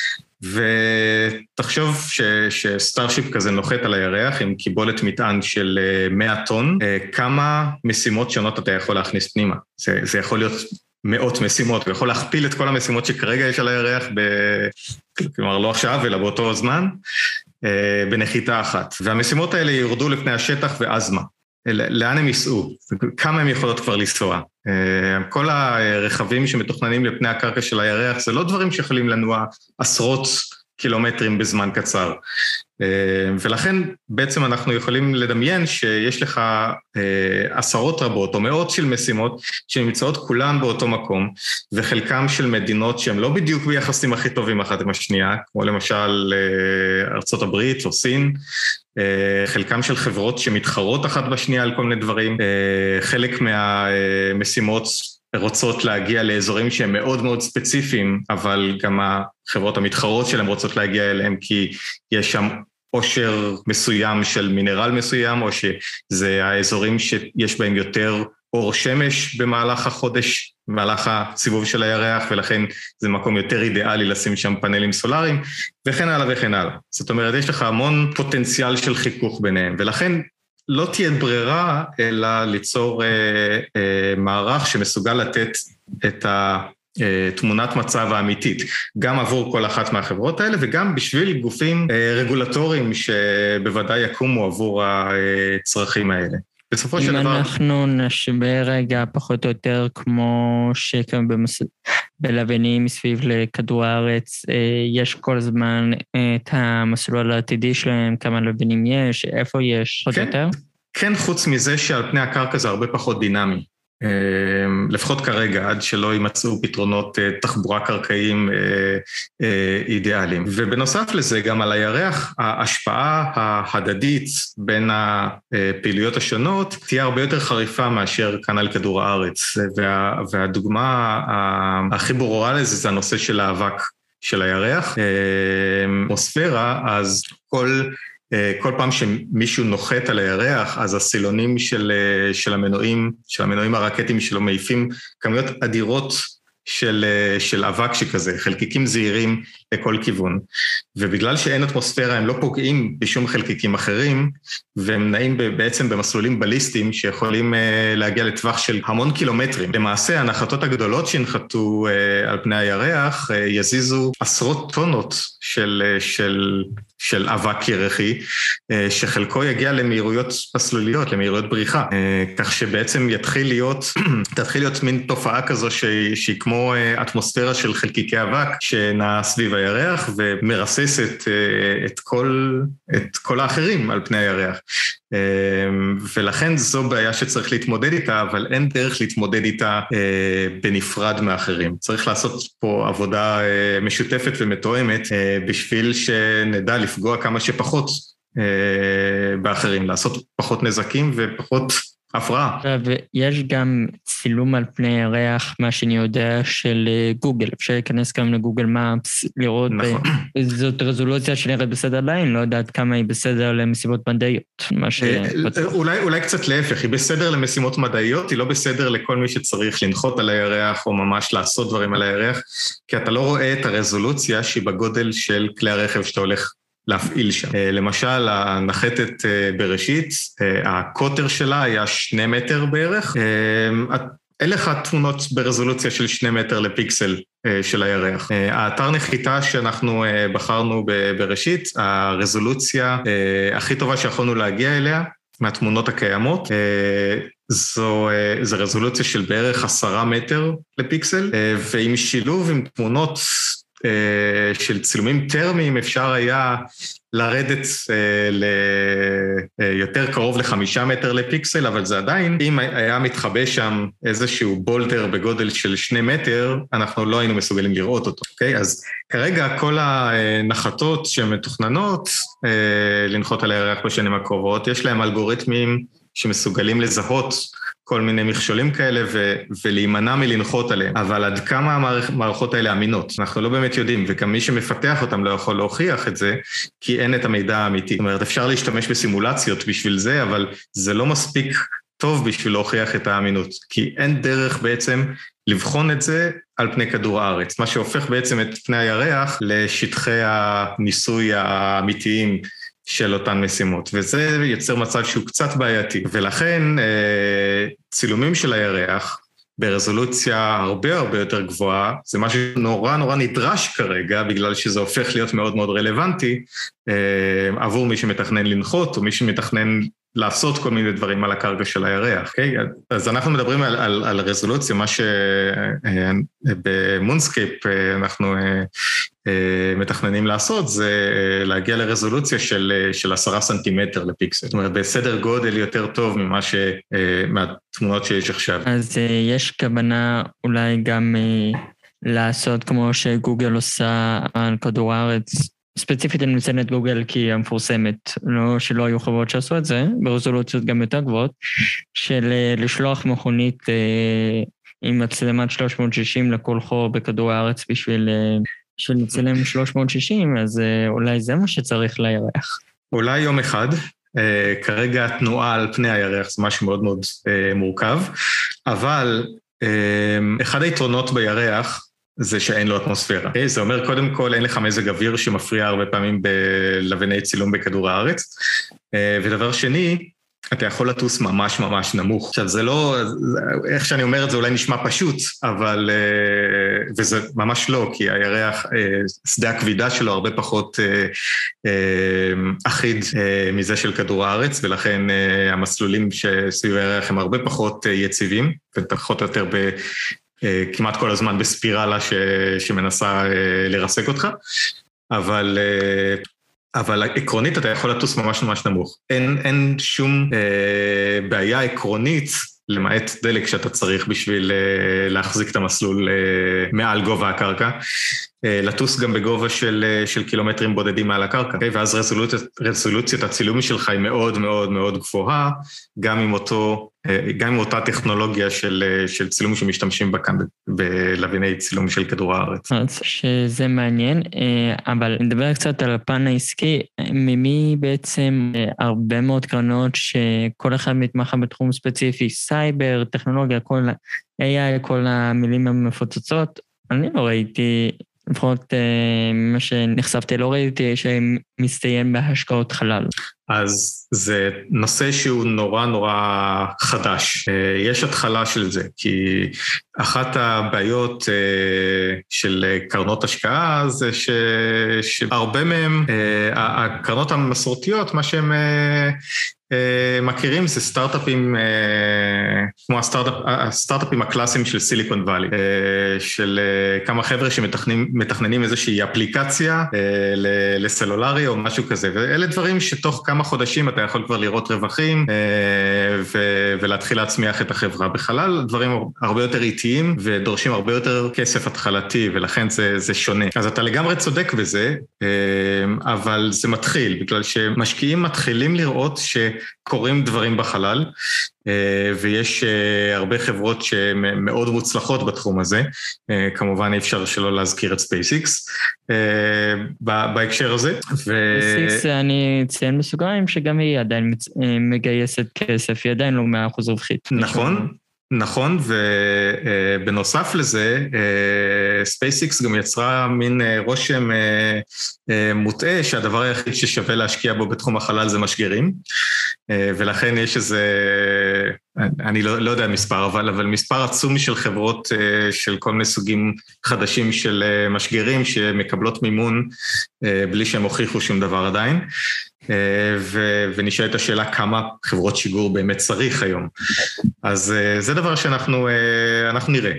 ותחשוב ש, שסטארשיפ כזה נוחת על הירח עם קיבולת מטען של uh, מאה טון, uh, כמה משימות שונות אתה יכול להכניס פנימה. זה, זה יכול להיות מאות משימות, הוא יכול להכפיל את כל המשימות שכרגע יש על הירח, ב... כלומר לא עכשיו אלא באותו זמן, בנחיתה אחת. והמשימות האלה יורדו לפני השטח ואז מה? לאן הם ייסעו? כמה הם יכולות כבר לנסוע? כל הרכבים שמתוכננים לפני הקרקע של הירח, זה לא דברים שיכולים לנוע עשרות קילומטרים בזמן קצר. ולכן בעצם אנחנו יכולים לדמיין שיש לך עשרות רבות או מאות של משימות שנמצאות כולן באותו מקום, וחלקם של מדינות שהן לא בדיוק ביחסים הכי טובים אחת עם השנייה, כמו למשל ארצות הברית או סין, חלקם של חברות שמתחרות אחת בשנייה על כל מיני דברים, חלק מהמשימות רוצות להגיע לאזורים שהם מאוד מאוד ספציפיים, אבל גם החברות המתחרות שלהם רוצות להגיע אליהם כי יש שם עושר מסוים של מינרל מסוים, או שזה האזורים שיש בהם יותר אור שמש במהלך החודש, במהלך הסיבוב של הירח, ולכן זה מקום יותר אידיאלי לשים שם פאנלים סולאריים, וכן הלאה וכן הלאה. זאת אומרת, יש לך המון פוטנציאל של חיכוך ביניהם, ולכן לא תהיה ברירה, אלא ליצור אה, אה, מערך שמסוגל לתת את התמונת מצב האמיתית, גם עבור כל אחת מהחברות האלה, וגם בשביל גופים אה, רגולטוריים שבוודאי יקומו עבור הצרכים האלה. בסופו של דבר... אם אנחנו נשווה רגע פחות או יותר כמו שכם במס... בלוויינים מסביב לכדור הארץ, יש כל הזמן את המסלול העתידי שלהם, כמה לוויינים יש, איפה יש עוד כן, יותר? כן, חוץ מזה שעל פני הקרקע זה הרבה פחות דינמי. לפחות כרגע, עד שלא יימצאו פתרונות תחבורה קרקעיים אידיאליים. ובנוסף לזה, גם על הירח, ההשפעה ההדדית בין הפעילויות השונות תהיה הרבה יותר חריפה מאשר כאן על כדור הארץ. וה, והדוגמה הכי ברורה לזה זה הנושא של האבק של הירח. אטמוספירה, אז כל... כל פעם שמישהו נוחת על הירח, אז הסילונים של, של המנועים, של המנועים הרקטיים שלו מעיפים כמויות אדירות של, של אבק שכזה, חלקיקים זעירים לכל כיוון. ובגלל שאין אטמוספירה, הם לא פוגעים בשום חלקיקים אחרים, והם נעים בעצם במסלולים בליסטיים שיכולים להגיע לטווח של המון קילומטרים. למעשה, הנחתות הגדולות שהנחתו על פני הירח יזיזו עשרות טונות של, של, של אבק ירחי, שחלקו יגיע למהירויות מסלוליות, למהירויות בריחה. כך שבעצם יתחיל להיות, תתחיל להיות מין תופעה כזו שהיא כמו אטמוספירה של חלקיקי אבק שנע סביב הירח ומרססת את כל, את כל האחרים על פני הירח. ולכן זו בעיה שצריך להתמודד איתה, אבל אין דרך להתמודד איתה בנפרד מאחרים. צריך לעשות פה עבודה משותפת ומתואמת בשביל שנדע לפגוע כמה שפחות באחרים, לעשות פחות נזקים ופחות הפרעה. ויש גם צילום על פני הירח, מה שאני יודע, של גוגל. אפשר להיכנס גם לגוגל מאפס, לראות נכון. זאת רזולוציה שנראית בסדר ליין, לא יודעת כמה היא בסדר למשימות מדעיות. ש... אולי, אולי קצת להפך, היא בסדר למשימות מדעיות, היא לא בסדר לכל מי שצריך לנחות על הירח, או ממש לעשות דברים על הירח, כי אתה לא רואה את הרזולוציה שהיא בגודל של כלי הרכב שאתה הולך להפעיל שם. למשל, הנחתת בראשית, הקוטר שלה היה שני מטר בערך, אין לך תמונות ברזולוציה של שני מטר לפיקסל של הירח. האתר נחיתה שאנחנו בחרנו בראשית, הרזולוציה הכי טובה שיכולנו להגיע אליה, מהתמונות הקיימות, זו, זו רזולוציה של בערך עשרה מטר לפיקסל, ועם שילוב עם תמונות של צילומים טרמיים אפשר היה לרדת ליותר קרוב לחמישה מטר לפיקסל, אבל זה עדיין, אם היה מתחבא שם איזשהו בולטר בגודל של שני מטר, אנחנו לא היינו מסוגלים לראות אותו, אוקיי? אז כרגע כל הנחתות שמתוכננות לנחות על הירח בשנים הקרובות, יש להם אלגוריתמים שמסוגלים לזהות כל מיני מכשולים כאלה ו- ולהימנע מלנחות עליהם. אבל עד כמה המערכות האלה אמינות? אנחנו לא באמת יודעים, וגם מי שמפתח אותם לא יכול להוכיח את זה, כי אין את המידע האמיתי. זאת אומרת, אפשר להשתמש בסימולציות בשביל זה, אבל זה לא מספיק טוב בשביל להוכיח את האמינות, כי אין דרך בעצם לבחון את זה על פני כדור הארץ, מה שהופך בעצם את פני הירח לשטחי הניסוי האמיתיים של אותן משימות, וזה יוצר מצב שהוא קצת בעייתי, ולכן צילומים של הירח ברזולוציה הרבה הרבה יותר גבוהה, זה משהו נורא נורא נדרש כרגע, בגלל שזה הופך להיות מאוד מאוד רלוונטי עבור מי שמתכנן לנחות, או מי שמתכנן לעשות כל מיני דברים על הקרקע של הירח. Okay? אז אנחנו מדברים על, על, על רזולוציה, מה שבמונסקייפ אנחנו מתכננים לעשות, זה להגיע לרזולוציה של, של עשרה סנטימטר לפיקסל. זאת אומרת, בסדר גודל יותר טוב ממה ש, מהתמונות שיש עכשיו. אז יש כוונה אולי גם לעשות כמו שגוגל עושה על כדור הארץ, ספציפית אני מציין את גוגל כי היא המפורסמת, לא שלא היו חברות שעשו את זה, ברזולוציות גם יותר גבוהות, של לשלוח מכונית עם מצלמת שלוש מאות שישים לכל חור בכדור הארץ בשביל לצלם שלוש מאות שישים, אז אולי זה מה שצריך לירח. אולי יום אחד, כרגע התנועה על פני הירח זה משהו מאוד מאוד מורכב, אבל אחד היתרונות בירח, זה שאין לו אטמוספירה. Okay, זה אומר, קודם כל, אין לך מזג אוויר שמפריע הרבה פעמים בלבני צילום בכדור הארץ. ודבר שני, אתה יכול לטוס ממש ממש נמוך. עכשיו, זה לא, איך שאני אומר את זה אולי נשמע פשוט, אבל, וזה ממש לא, כי הירח, שדה הכבידה שלו הרבה פחות אחיד מזה של כדור הארץ, ולכן המסלולים שסביב הירח הם הרבה פחות יציבים, ופחות יותר ב... כמעט כל הזמן בספירלה ש, שמנסה לרסק אותך, אבל, אבל עקרונית אתה יכול לטוס ממש ממש נמוך. אין, אין שום אה, בעיה עקרונית, למעט דלק שאתה צריך בשביל אה, להחזיק את המסלול אה, מעל גובה הקרקע, אה, לטוס גם בגובה של, של קילומטרים בודדים מעל הקרקע, okay? ואז רזולוציית, רזולוציית הצילום שלך היא מאוד מאוד מאוד גבוהה, גם עם אותו... גם עם אותה טכנולוגיה של, של צילום שמשתמשים בה כאן בלווייני צילום של כדור הארץ. אז שזה מעניין, אבל נדבר קצת על הפן העסקי, ממי בעצם הרבה מאוד קרנות שכל אחד מתמחה בתחום ספציפי, סייבר, טכנולוגיה, כל איי איי, כל המילים המפוצצות, אני לא ראיתי, לפחות מה שנחשפתי, לא ראיתי שמסתיים בהשקעות חלל. אז זה נושא שהוא נורא נורא חדש. יש התחלה של זה, כי אחת הבעיות של קרנות השקעה זה ש... שהרבה מהם, הקרנות המסורתיות, מה שהם מכירים זה סטארט-אפים, כמו הסטארט-אפים הקלאסיים של סיליקון ואלי, של כמה חבר'ה שמתכננים איזושהי אפליקציה לסלולרי או משהו כזה, ואלה דברים שתוך כמה חודשים אתה יכול כבר לראות רווחים ולהתחיל להצמיח את החברה. בחלל דברים הרבה יותר איטיים ודורשים הרבה יותר כסף התחלתי, ולכן זה, זה שונה. אז אתה לגמרי צודק בזה, אבל זה מתחיל, בגלל שמשקיעים מתחילים לראות ש... קוראים דברים בחלל, ויש הרבה חברות שהן מאוד מוצלחות בתחום הזה, כמובן אי אפשר שלא להזכיר את ספייסיקס בהקשר הזה. ספייסיקס, אני אציין בסוגריים שגם היא עדיין מגייסת כסף, היא עדיין לא מאה אחוז רווחית. נכון. נכון, ובנוסף לזה, ספייסיקס גם יצרה מין רושם מוטעה שהדבר היחיד ששווה להשקיע בו בתחום החלל זה משגרים, ולכן יש איזה, אני לא, לא יודע מספר, אבל, אבל מספר עצום של חברות של כל מיני סוגים חדשים של משגרים שמקבלות מימון בלי שהם הוכיחו שום דבר עדיין. ונשאלת השאלה כמה חברות שיגור באמת צריך היום. אז זה דבר שאנחנו אנחנו נראה.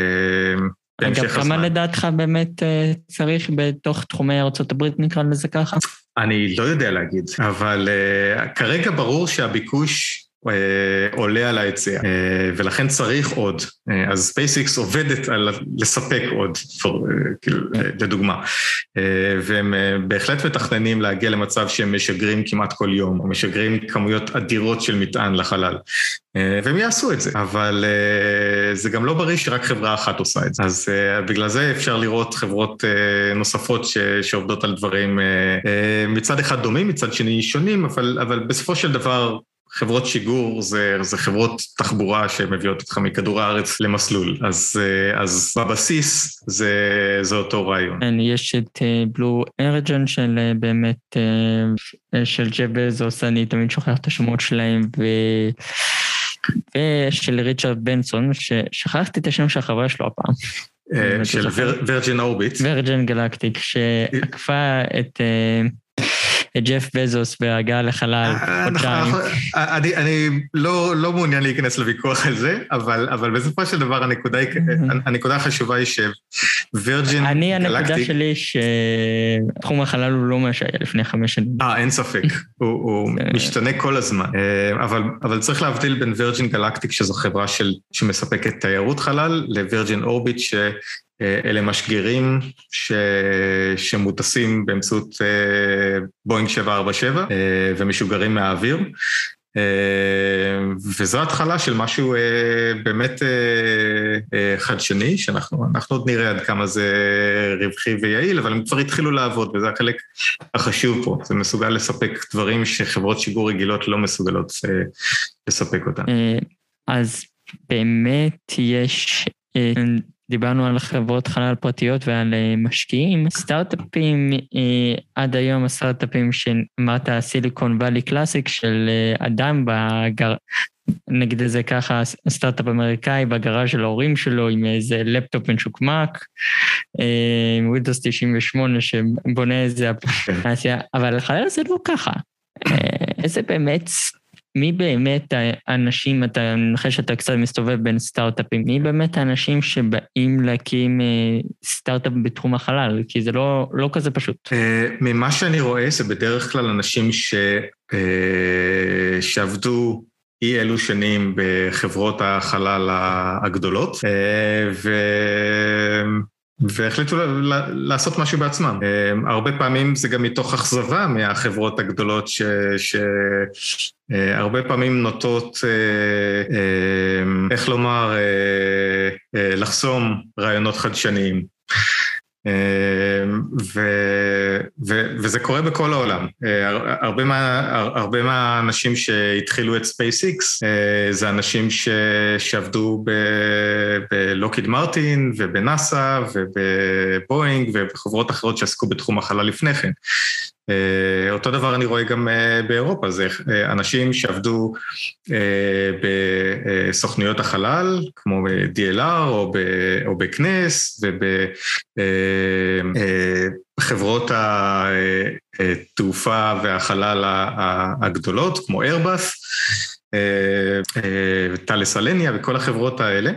אגב, כמה לדעתך באמת צריך בתוך תחומי ארצות הברית, נקרא לזה ככה? אני לא יודע להגיד, אבל כרגע ברור שהביקוש עולה על ההיצע, ולכן צריך עוד. אז SpaceX עובדת על לספק עוד, לדוגמה. והם בהחלט מתכננים להגיע למצב שהם משגרים כמעט כל יום, או משגרים כמויות אדירות של מטען לחלל. והם יעשו את זה, אבל זה גם לא בריא שרק חברה אחת עושה את זה. אז בגלל זה אפשר לראות חברות נוספות שעובדות על דברים מצד אחד דומים, מצד שני שונים, אבל, אבל בסופו של דבר חברות שיגור זה, זה חברות תחבורה שמביאות אותך מכדור הארץ למסלול, אז, אז בבסיס זה, זה אותו רעיון. יש את בלו אוריג'ן של באמת, של ג'ף בזוס, אני תמיד שוכח את השמות שלהם, ו... ושל ריצ'רד בנסון, ששכחתי את השם של החברה שלו הפעם. של וירג'ין אורביט. וירג'ין גלקטיק, שעקפה את... את ג'ף בזוס והגעה לחלל חודשיים. אני לא מעוניין להיכנס לוויכוח על זה, אבל בסופו של דבר הנקודה החשובה היא שווירג'ין גלקטיק... אני הנקודה שלי שתחום החלל הוא לא מה שהיה לפני חמש שנים. אה, אין ספק, הוא משתנה כל הזמן, אבל צריך להבדיל בין וירג'ין גלקטיק, שזו חברה שמספקת תיירות חלל, לווירג'ין אורביט ש... אלה משגרים ש... שמוטסים באמצעות בוינג שבע ארבע שבע ומשוגרים מהאוויר, וזו התחלה של משהו באמת חדשני, שאנחנו אנחנו עוד נראה עד כמה זה רווחי ויעיל, אבל הם כבר התחילו לעבוד, וזה החלק החשוב פה, זה מסוגל לספק דברים שחברות שיגור רגילות לא מסוגלות לספק אותם. אז באמת יש... דיברנו על חברות חלל פרטיות ועל משקיעים, סטארט-אפים, עד היום הסטארט-אפים שאמרת סיליקון ואלי קלאסיק של אדם בגר... נגיד זה ככה, סטארט-אפ אמריקאי בגראז' של ההורים שלו עם איזה לפטופ משוקמק, עם ווינדוס תשעים ושמונה שבונה איזה אפליקציה, אבל חלל זה לא ככה. איזה באמת... מי באמת האנשים, אתה נחש שאתה קצת מסתובב בין סטארט-אפים, מי באמת האנשים שבאים להקים סטארט-אפ בתחום החלל? כי זה לא, לא כזה פשוט. ממה שאני רואה, זה בדרך כלל אנשים ש, שעבדו אי אלו שנים בחברות החלל הגדולות, ו... והחליטו לעשות משהו בעצמם. הרבה פעמים זה גם מתוך אכזבה מהחברות הגדולות ש... ש... הרבה פעמים נוטות, איך לומר, לחסום רעיונות חדשניים. ו, ו, וזה קורה בכל העולם. הרבה מה, הרבה מהאנשים שהתחילו את SpaceX, זה אנשים ש, שעבדו בלוקיד מרטין ובנאסא ובבואינג ובחברות אחרות שעסקו בתחום החלל לפני כן. אותו דבר אני רואה גם באירופה, זה אנשים שעבדו בסוכנויות החלל, כמו ב-די אל אר או בכנס, ובחברות התעופה והחלל הגדולות, כמו איירבאס, טלס אלניה וכל החברות האלה,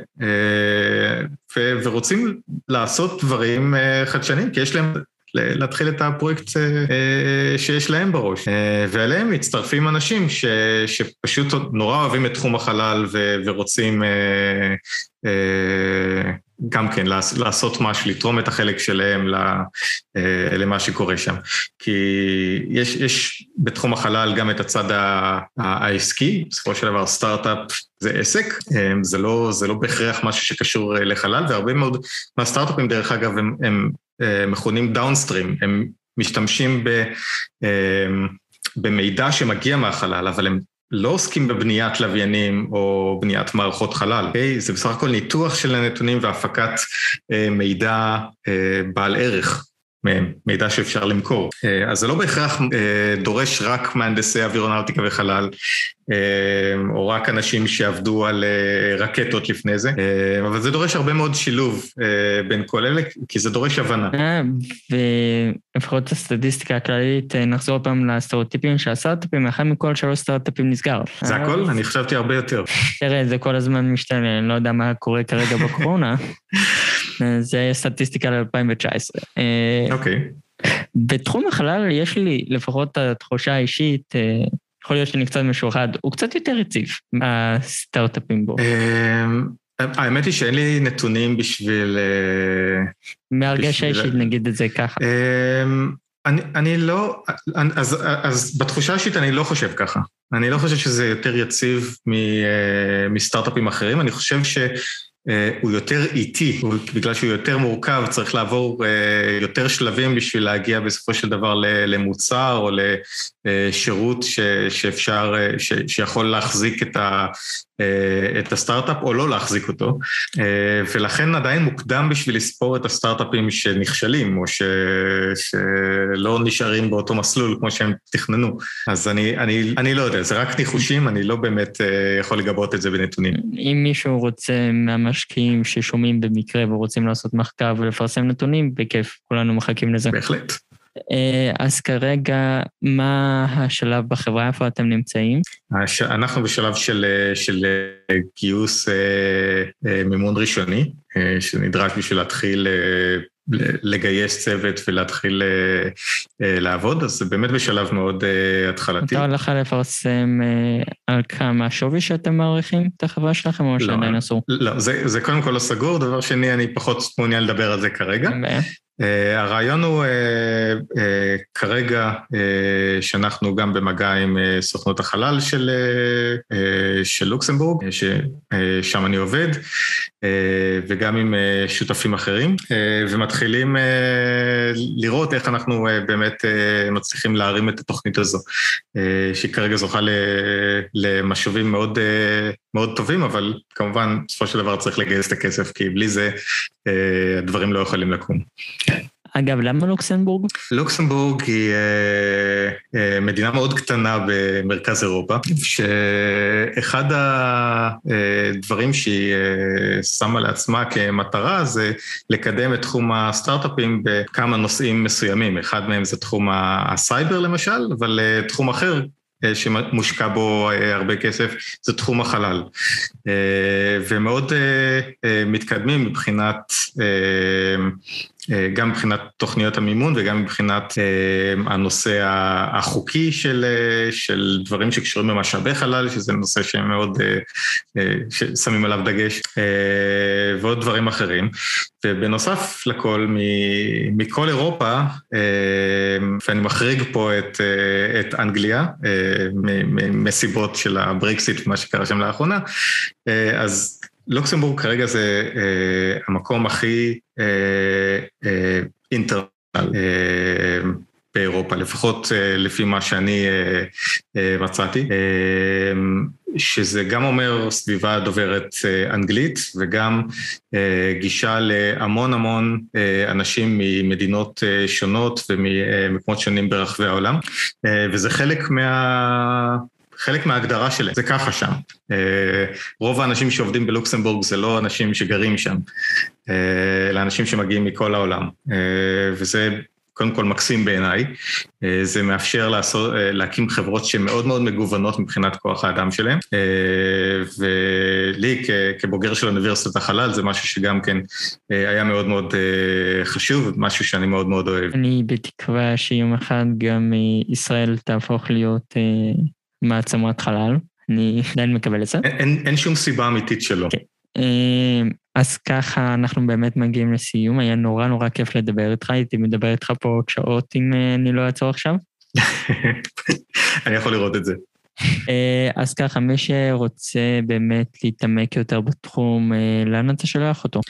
ורוצים לעשות דברים חדשניים, כי יש להם... להתחיל את הפרויקט שיש להם בראש. ועליהם מצטרפים אנשים ש, שפשוט נורא אוהבים את תחום החלל ו, ורוצים גם כן לעשות משהו, לתרום את החלק שלהם למה שקורה שם. כי יש, יש בתחום החלל גם את הצד העסקי, בסופו של דבר סטארט-אפ זה עסק, זה לא, זה לא בהכרח משהו שקשור לחלל, והרבה מאוד מהסטארט-אפים דרך אגב הם, הם מכונים דאונסטרים, הם משתמשים ב, במידע שמגיע מהחלל, אבל הם לא עוסקים בבניית לוויינים או בניית מערכות חלל. Okay? זה בסך הכל ניתוח של הנתונים והפקת מידע בעל ערך, מידע שאפשר למכור. אז זה לא בהכרח דורש רק מהנדסי אווירונאוטיקה וחלל, או רק אנשים שעבדו על רקטות לפני זה, אבל זה דורש הרבה מאוד שילוב בין כל אלה, כי זה דורש הבנה. ולפחות הסטטיסטיקה הכללית, נחזור פעם לסטריאוטיפים, שהסטארט-אפים, אחד מכל שלוש סטארט-אפים נסגר. זה הכל? אני חשבתי הרבה יותר. תראה, זה כל הזמן משתנה, אני לא יודע מה קורה כרגע בקורונה. זה סטטיסטיקה ל-אלפיים תשע עשרה. אוקיי. בתחום החלל יש לי לפחות התחושה האישית, יכול להיות שאני קצת משוחד, הוא קצת יותר יציב מהסטארט-אפים בו. האמת היא שאין לי נתונים בשביל... מהרגשה אישית נגיד את זה ככה. אני, אני לא, אז, אז בתחושה אישית אני לא חושב ככה. אני לא חושב שזה יותר יציב מסטארט-אפים אחרים, אני חושב שהוא יותר איטי, בגלל שהוא יותר מורכב, צריך לעבור יותר שלבים בשביל להגיע בסופו של דבר למוצר או לשירות שאפשר, שיכול להחזיק את ה... את הסטארט-אפ או לא להחזיק אותו, ולכן עדיין מוקדם בשביל לספור את הסטארט-אפים שנכשלים, או ש... שלא נשארים באותו מסלול כמו שהם תכננו. אז אני, אני, אני לא יודע, זה רק ניחושים, אני לא באמת יכול לגבות את זה בנתונים. אם מישהו רוצה מהמשקיעים ששומעים במקרה ורוצים לעשות מחקר ולפרסם נתונים, בכיף, כולנו מחכים לזה. בהחלט. אז כרגע, מה השלב בחברה, איפה אתם נמצאים? אנחנו בשלב של, של גיוס מימון ראשוני, שנדרש בשביל להתחיל לגייס צוות ולהתחיל לעבוד, אז זה באמת בשלב מאוד התחלתי. אתה הולך לפרסם על כמה שווי שאתם מעריכים את החברה שלכם, או שעדיין אסור? לא, זה, זה קודם כל לא סגור, דבר שני, אני פחות מעוניין לדבר על זה כרגע. הרעיון הוא כרגע שאנחנו גם במגע עם סוכנות החלל של, של לוקסמבורג, ששם אני עובד, וגם עם שותפים אחרים, ומתחילים לראות איך אנחנו באמת מצליחים להרים את התוכנית הזו, שכרגע זוכה למשובים מאוד, מאוד טובים, אבל כמובן בסופו של דבר צריך לגייס את הכסף, כי בלי זה הדברים לא יכולים לקום. אגב, למה לוקסמבורג? לוקסמבורג היא אה, אה, מדינה מאוד קטנה במרכז אירופה, שאחד הדברים שהיא אה, שמה לעצמה כמטרה זה לקדם את תחום הסטארט-אפים בכמה נושאים מסוימים. אחד מהם זה תחום הסייבר למשל, אבל אה, תחום אחר, שמושקע בו הרבה כסף, זה תחום החלל. ומאוד מתקדמים מבחינת, גם מבחינת תוכניות המימון וגם מבחינת הנושא החוקי של, של דברים שקשורים במשאבי חלל, שזה נושא שהם מאוד שמים עליו דגש, ועוד דברים אחרים. ובנוסף לכל, מכל אירופה, ואני מחריג פה את, את אנגליה, מסיבות של הברקסיט, מה שקרה שם לאחרונה, אז לוקסמבורג כרגע זה המקום הכי אינטרנל באירופה, לפחות לפי מה שאני מצאתי, שזה גם אומר סביבה דוברת אנגלית, וגם גישה להמון המון אנשים ממדינות שונות וממקומות שונים ברחבי העולם, וזה חלק מה... חלק מההגדרה שלהם, זה ככה שם. רוב האנשים שעובדים בלוקסמבורג זה לא אנשים שגרים שם, אלא אנשים שמגיעים מכל העולם, וזה קודם כל מקסים בעיניי, זה מאפשר לעשות, להקים חברות שמאוד מאוד מגוונות מבחינת כוח האדם שלהם, ולי כבוגר של אוניברסיטת החלל זה משהו שגם כן היה מאוד מאוד חשוב, משהו שאני מאוד מאוד אוהב. אני בתקווה שיום אחד גם ישראל תהפוך להיות מעצמת חלל, אני עדיין מקבל את זה. אין, אין שום סיבה אמיתית שלא. אז ככה אנחנו באמת מגיעים לסיום, היה נורא נורא כיף לדבר איתך, הייתי מדבר איתך פה עוד שעות אם אני לא אעצור עכשיו. אני יכול לראות את זה. אז ככה, מי שרוצה באמת להתעמק יותר בתחום, לאן אתה שולח אותו?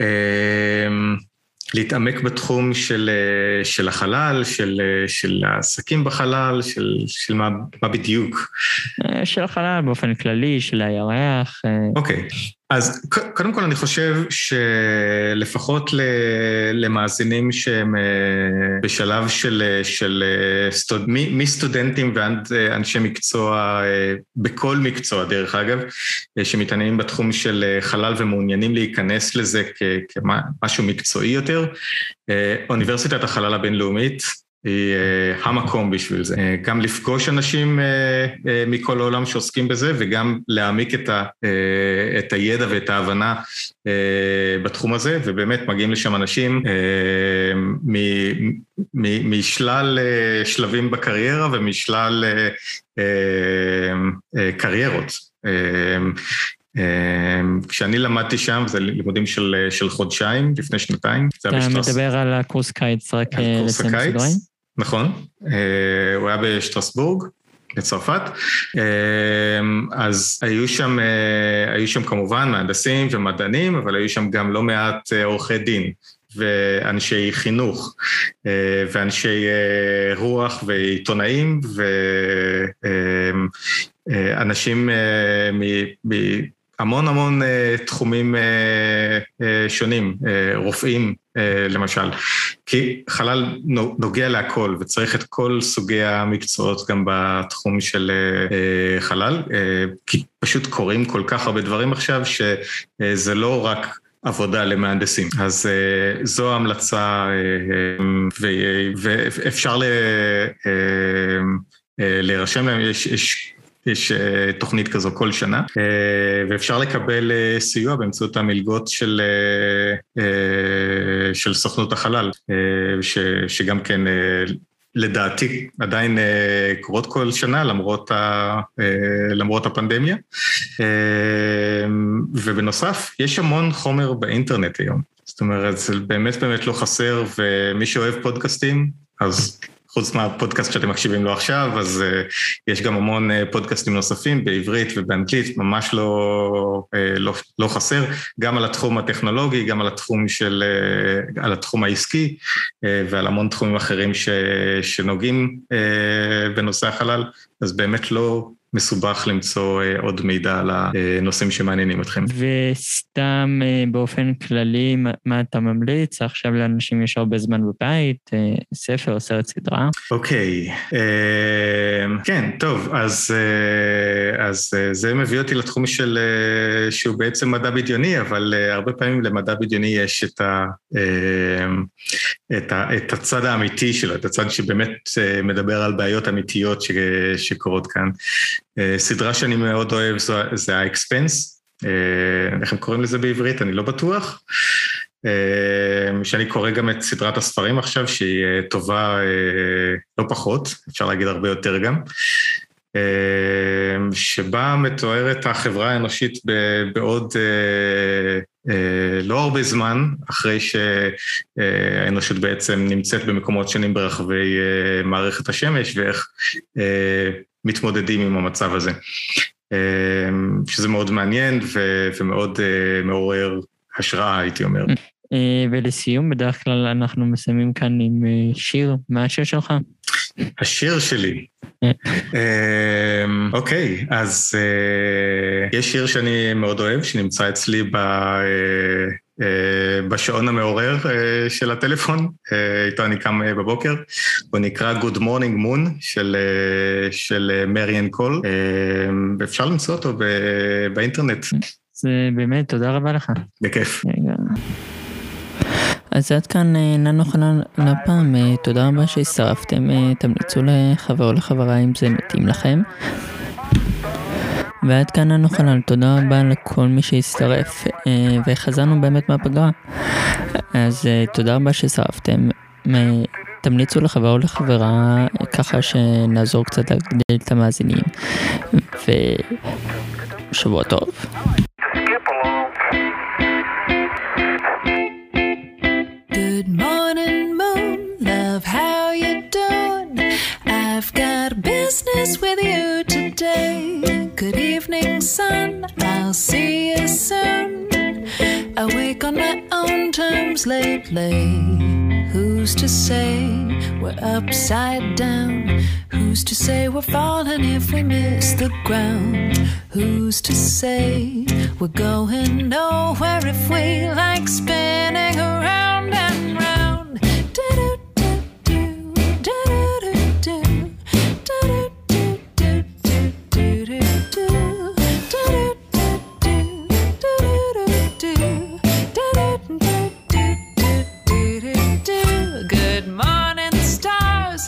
להתעמק בתחום של, של החלל, של, של העסקים בחלל, של, של מה, מה בדיוק? של החלל באופן כללי, של הירח. אוקיי, אז קודם כל אני חושב שלפחות למאזינים שהם בשלב של, של סטוד, מסטודנטים ועד אנשי מקצוע, בכל מקצוע דרך אגב, שמתעניינים בתחום של חלל ומעוניינים להיכנס לזה כמשהו מקצועי יותר, אוניברסיטת החלל הבינלאומית היא המקום בשביל זה. גם לפגוש אנשים מכל העולם שעוסקים בזה, וגם להעמיק את, ה, את הידע ואת ההבנה בתחום הזה, ובאמת מגיעים לשם אנשים משלל שלבים בקריירה ומשלל קריירות. כשאני למדתי שם, זה לימודים של, של חודשיים, לפני שנתיים. אתה מדבר על הקורס קיץ, רק לסיים סדריים? נכון, הוא היה בשטרסבורג, בצרפת, אז היו שם, היו שם כמובן מהנדסים ומדענים, אבל היו שם גם לא מעט עורכי דין, ואנשי חינוך, ואנשי רוח ועיתונאים, ואנשים מהמון המון תחומים שונים, רופאים למשל, כי חלל נוגע להכל, וצריך את כל סוגי המקצועות גם בתחום של חלל, כי פשוט קוראים כל כך הרבה דברים עכשיו, שזה לא רק עבודה למהנדסים. אז זו המלצה, ואפשר להירשם להם, יש, יש, יש תוכנית כזו כל שנה, ואפשר לקבל סיוע באמצעות המלגות של, של סוכנות החלל, ש, שגם כן לדעתי עדיין קורות כל שנה למרות, ה, למרות הפנדמיה. ובנוסף, יש המון חומר באינטרנט היום. זאת אומרת, זה באמת באמת לא חסר, ומי שאוהב פודקאסטים, אז חוץ מהפודקאסט שאתם מקשיבים לו עכשיו, אז יש גם המון פודקאסטים נוספים בעברית ובאנגלית, ממש לא, לא, לא חסר, גם על התחום הטכנולוגי, גם על התחום של, על התחום העסקי, ועל המון תחומים אחרים ש, שנוגעים בנושא החלל, אז באמת לא מסובך למצוא עוד מידע על הנושאים שמעניינים אתכם. וסתם באופן כללי, מה אתה ממליץ? עכשיו לאנשים יש הרבה זמן בבית, ספר או סרט סדרה? אוקיי, כן, טוב, אז, אז זה מביא אותי לתחום של, שהוא בעצם מדע בדיוני, אבל הרבה פעמים למדע בדיוני יש את, ה, את, ה, את הצד האמיתי שלו, את הצד שבאמת מדבר על בעיות אמיתיות ש, שקורות כאן. סדרה שאני מאוד אוהב זה האקספנס, איך הם קוראים לזה בעברית? אני לא בטוח. שאני קורא גם את סדרת הספרים עכשיו, שהיא טובה לא פחות, אפשר להגיד הרבה יותר גם, שבה מתוארת החברה האנושית בעוד לא הרבה זמן, אחרי שהאנושות בעצם נמצאת במקומות שונים ברחבי מערכת השמש, ואיך מתמודדים עם המצב הזה. שזה מאוד מעניין ומאוד מעורר השראה, הייתי אומר. ולסיום, בדרך כלל אנחנו מסיימים כאן עם שיר. מה השיר שלך? השיר שלי. אוקיי, אז יש שיר שאני מאוד אוהב, שנמצא אצלי ב... בשעון המעורר של הטלפון, איתו אני קם בבוקר, הוא נקרא Good Morning Moon של, של מריאן קול, ואפשר למצוא אותו באינטרנט. זה באמת, תודה רבה לך. בכיף. אז עד כאן ננו חנן לפעם, תודה רבה שהצטרפתם, תמליצו לחבר או לחברה אם זה מתאים לכם. ועד כאן ננו חנן, תודה רבה לכל מי שהצטרף, וחזרנו באמת מהפגרה. אז תודה רבה שהצטרפתם, תמליצו לחבר או לחברה, ככה שנעזור קצת להגדיל את המאזינים, ושבוע טוב. Good morning, moon, love, how you doing? I've got business with you today. Good evening, sun, I'll see you soon. Awake on my own terms lately. Who's to say we're upside down? Who's to say we're falling if we miss the ground? Who's to say we're going nowhere if we like spinning around and round? Do-do-do-do, do-do-do-do, do-do-do-do, do-do-do-do, do-do-do-do, do-do-do-do, do-do-do-do. Good morning, stars.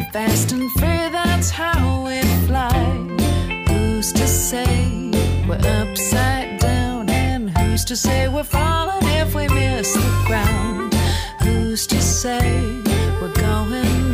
Fast and free, that's how we fly. Who's to say we're upside down? And who's to say we're falling if we miss the ground? Who's to say we're going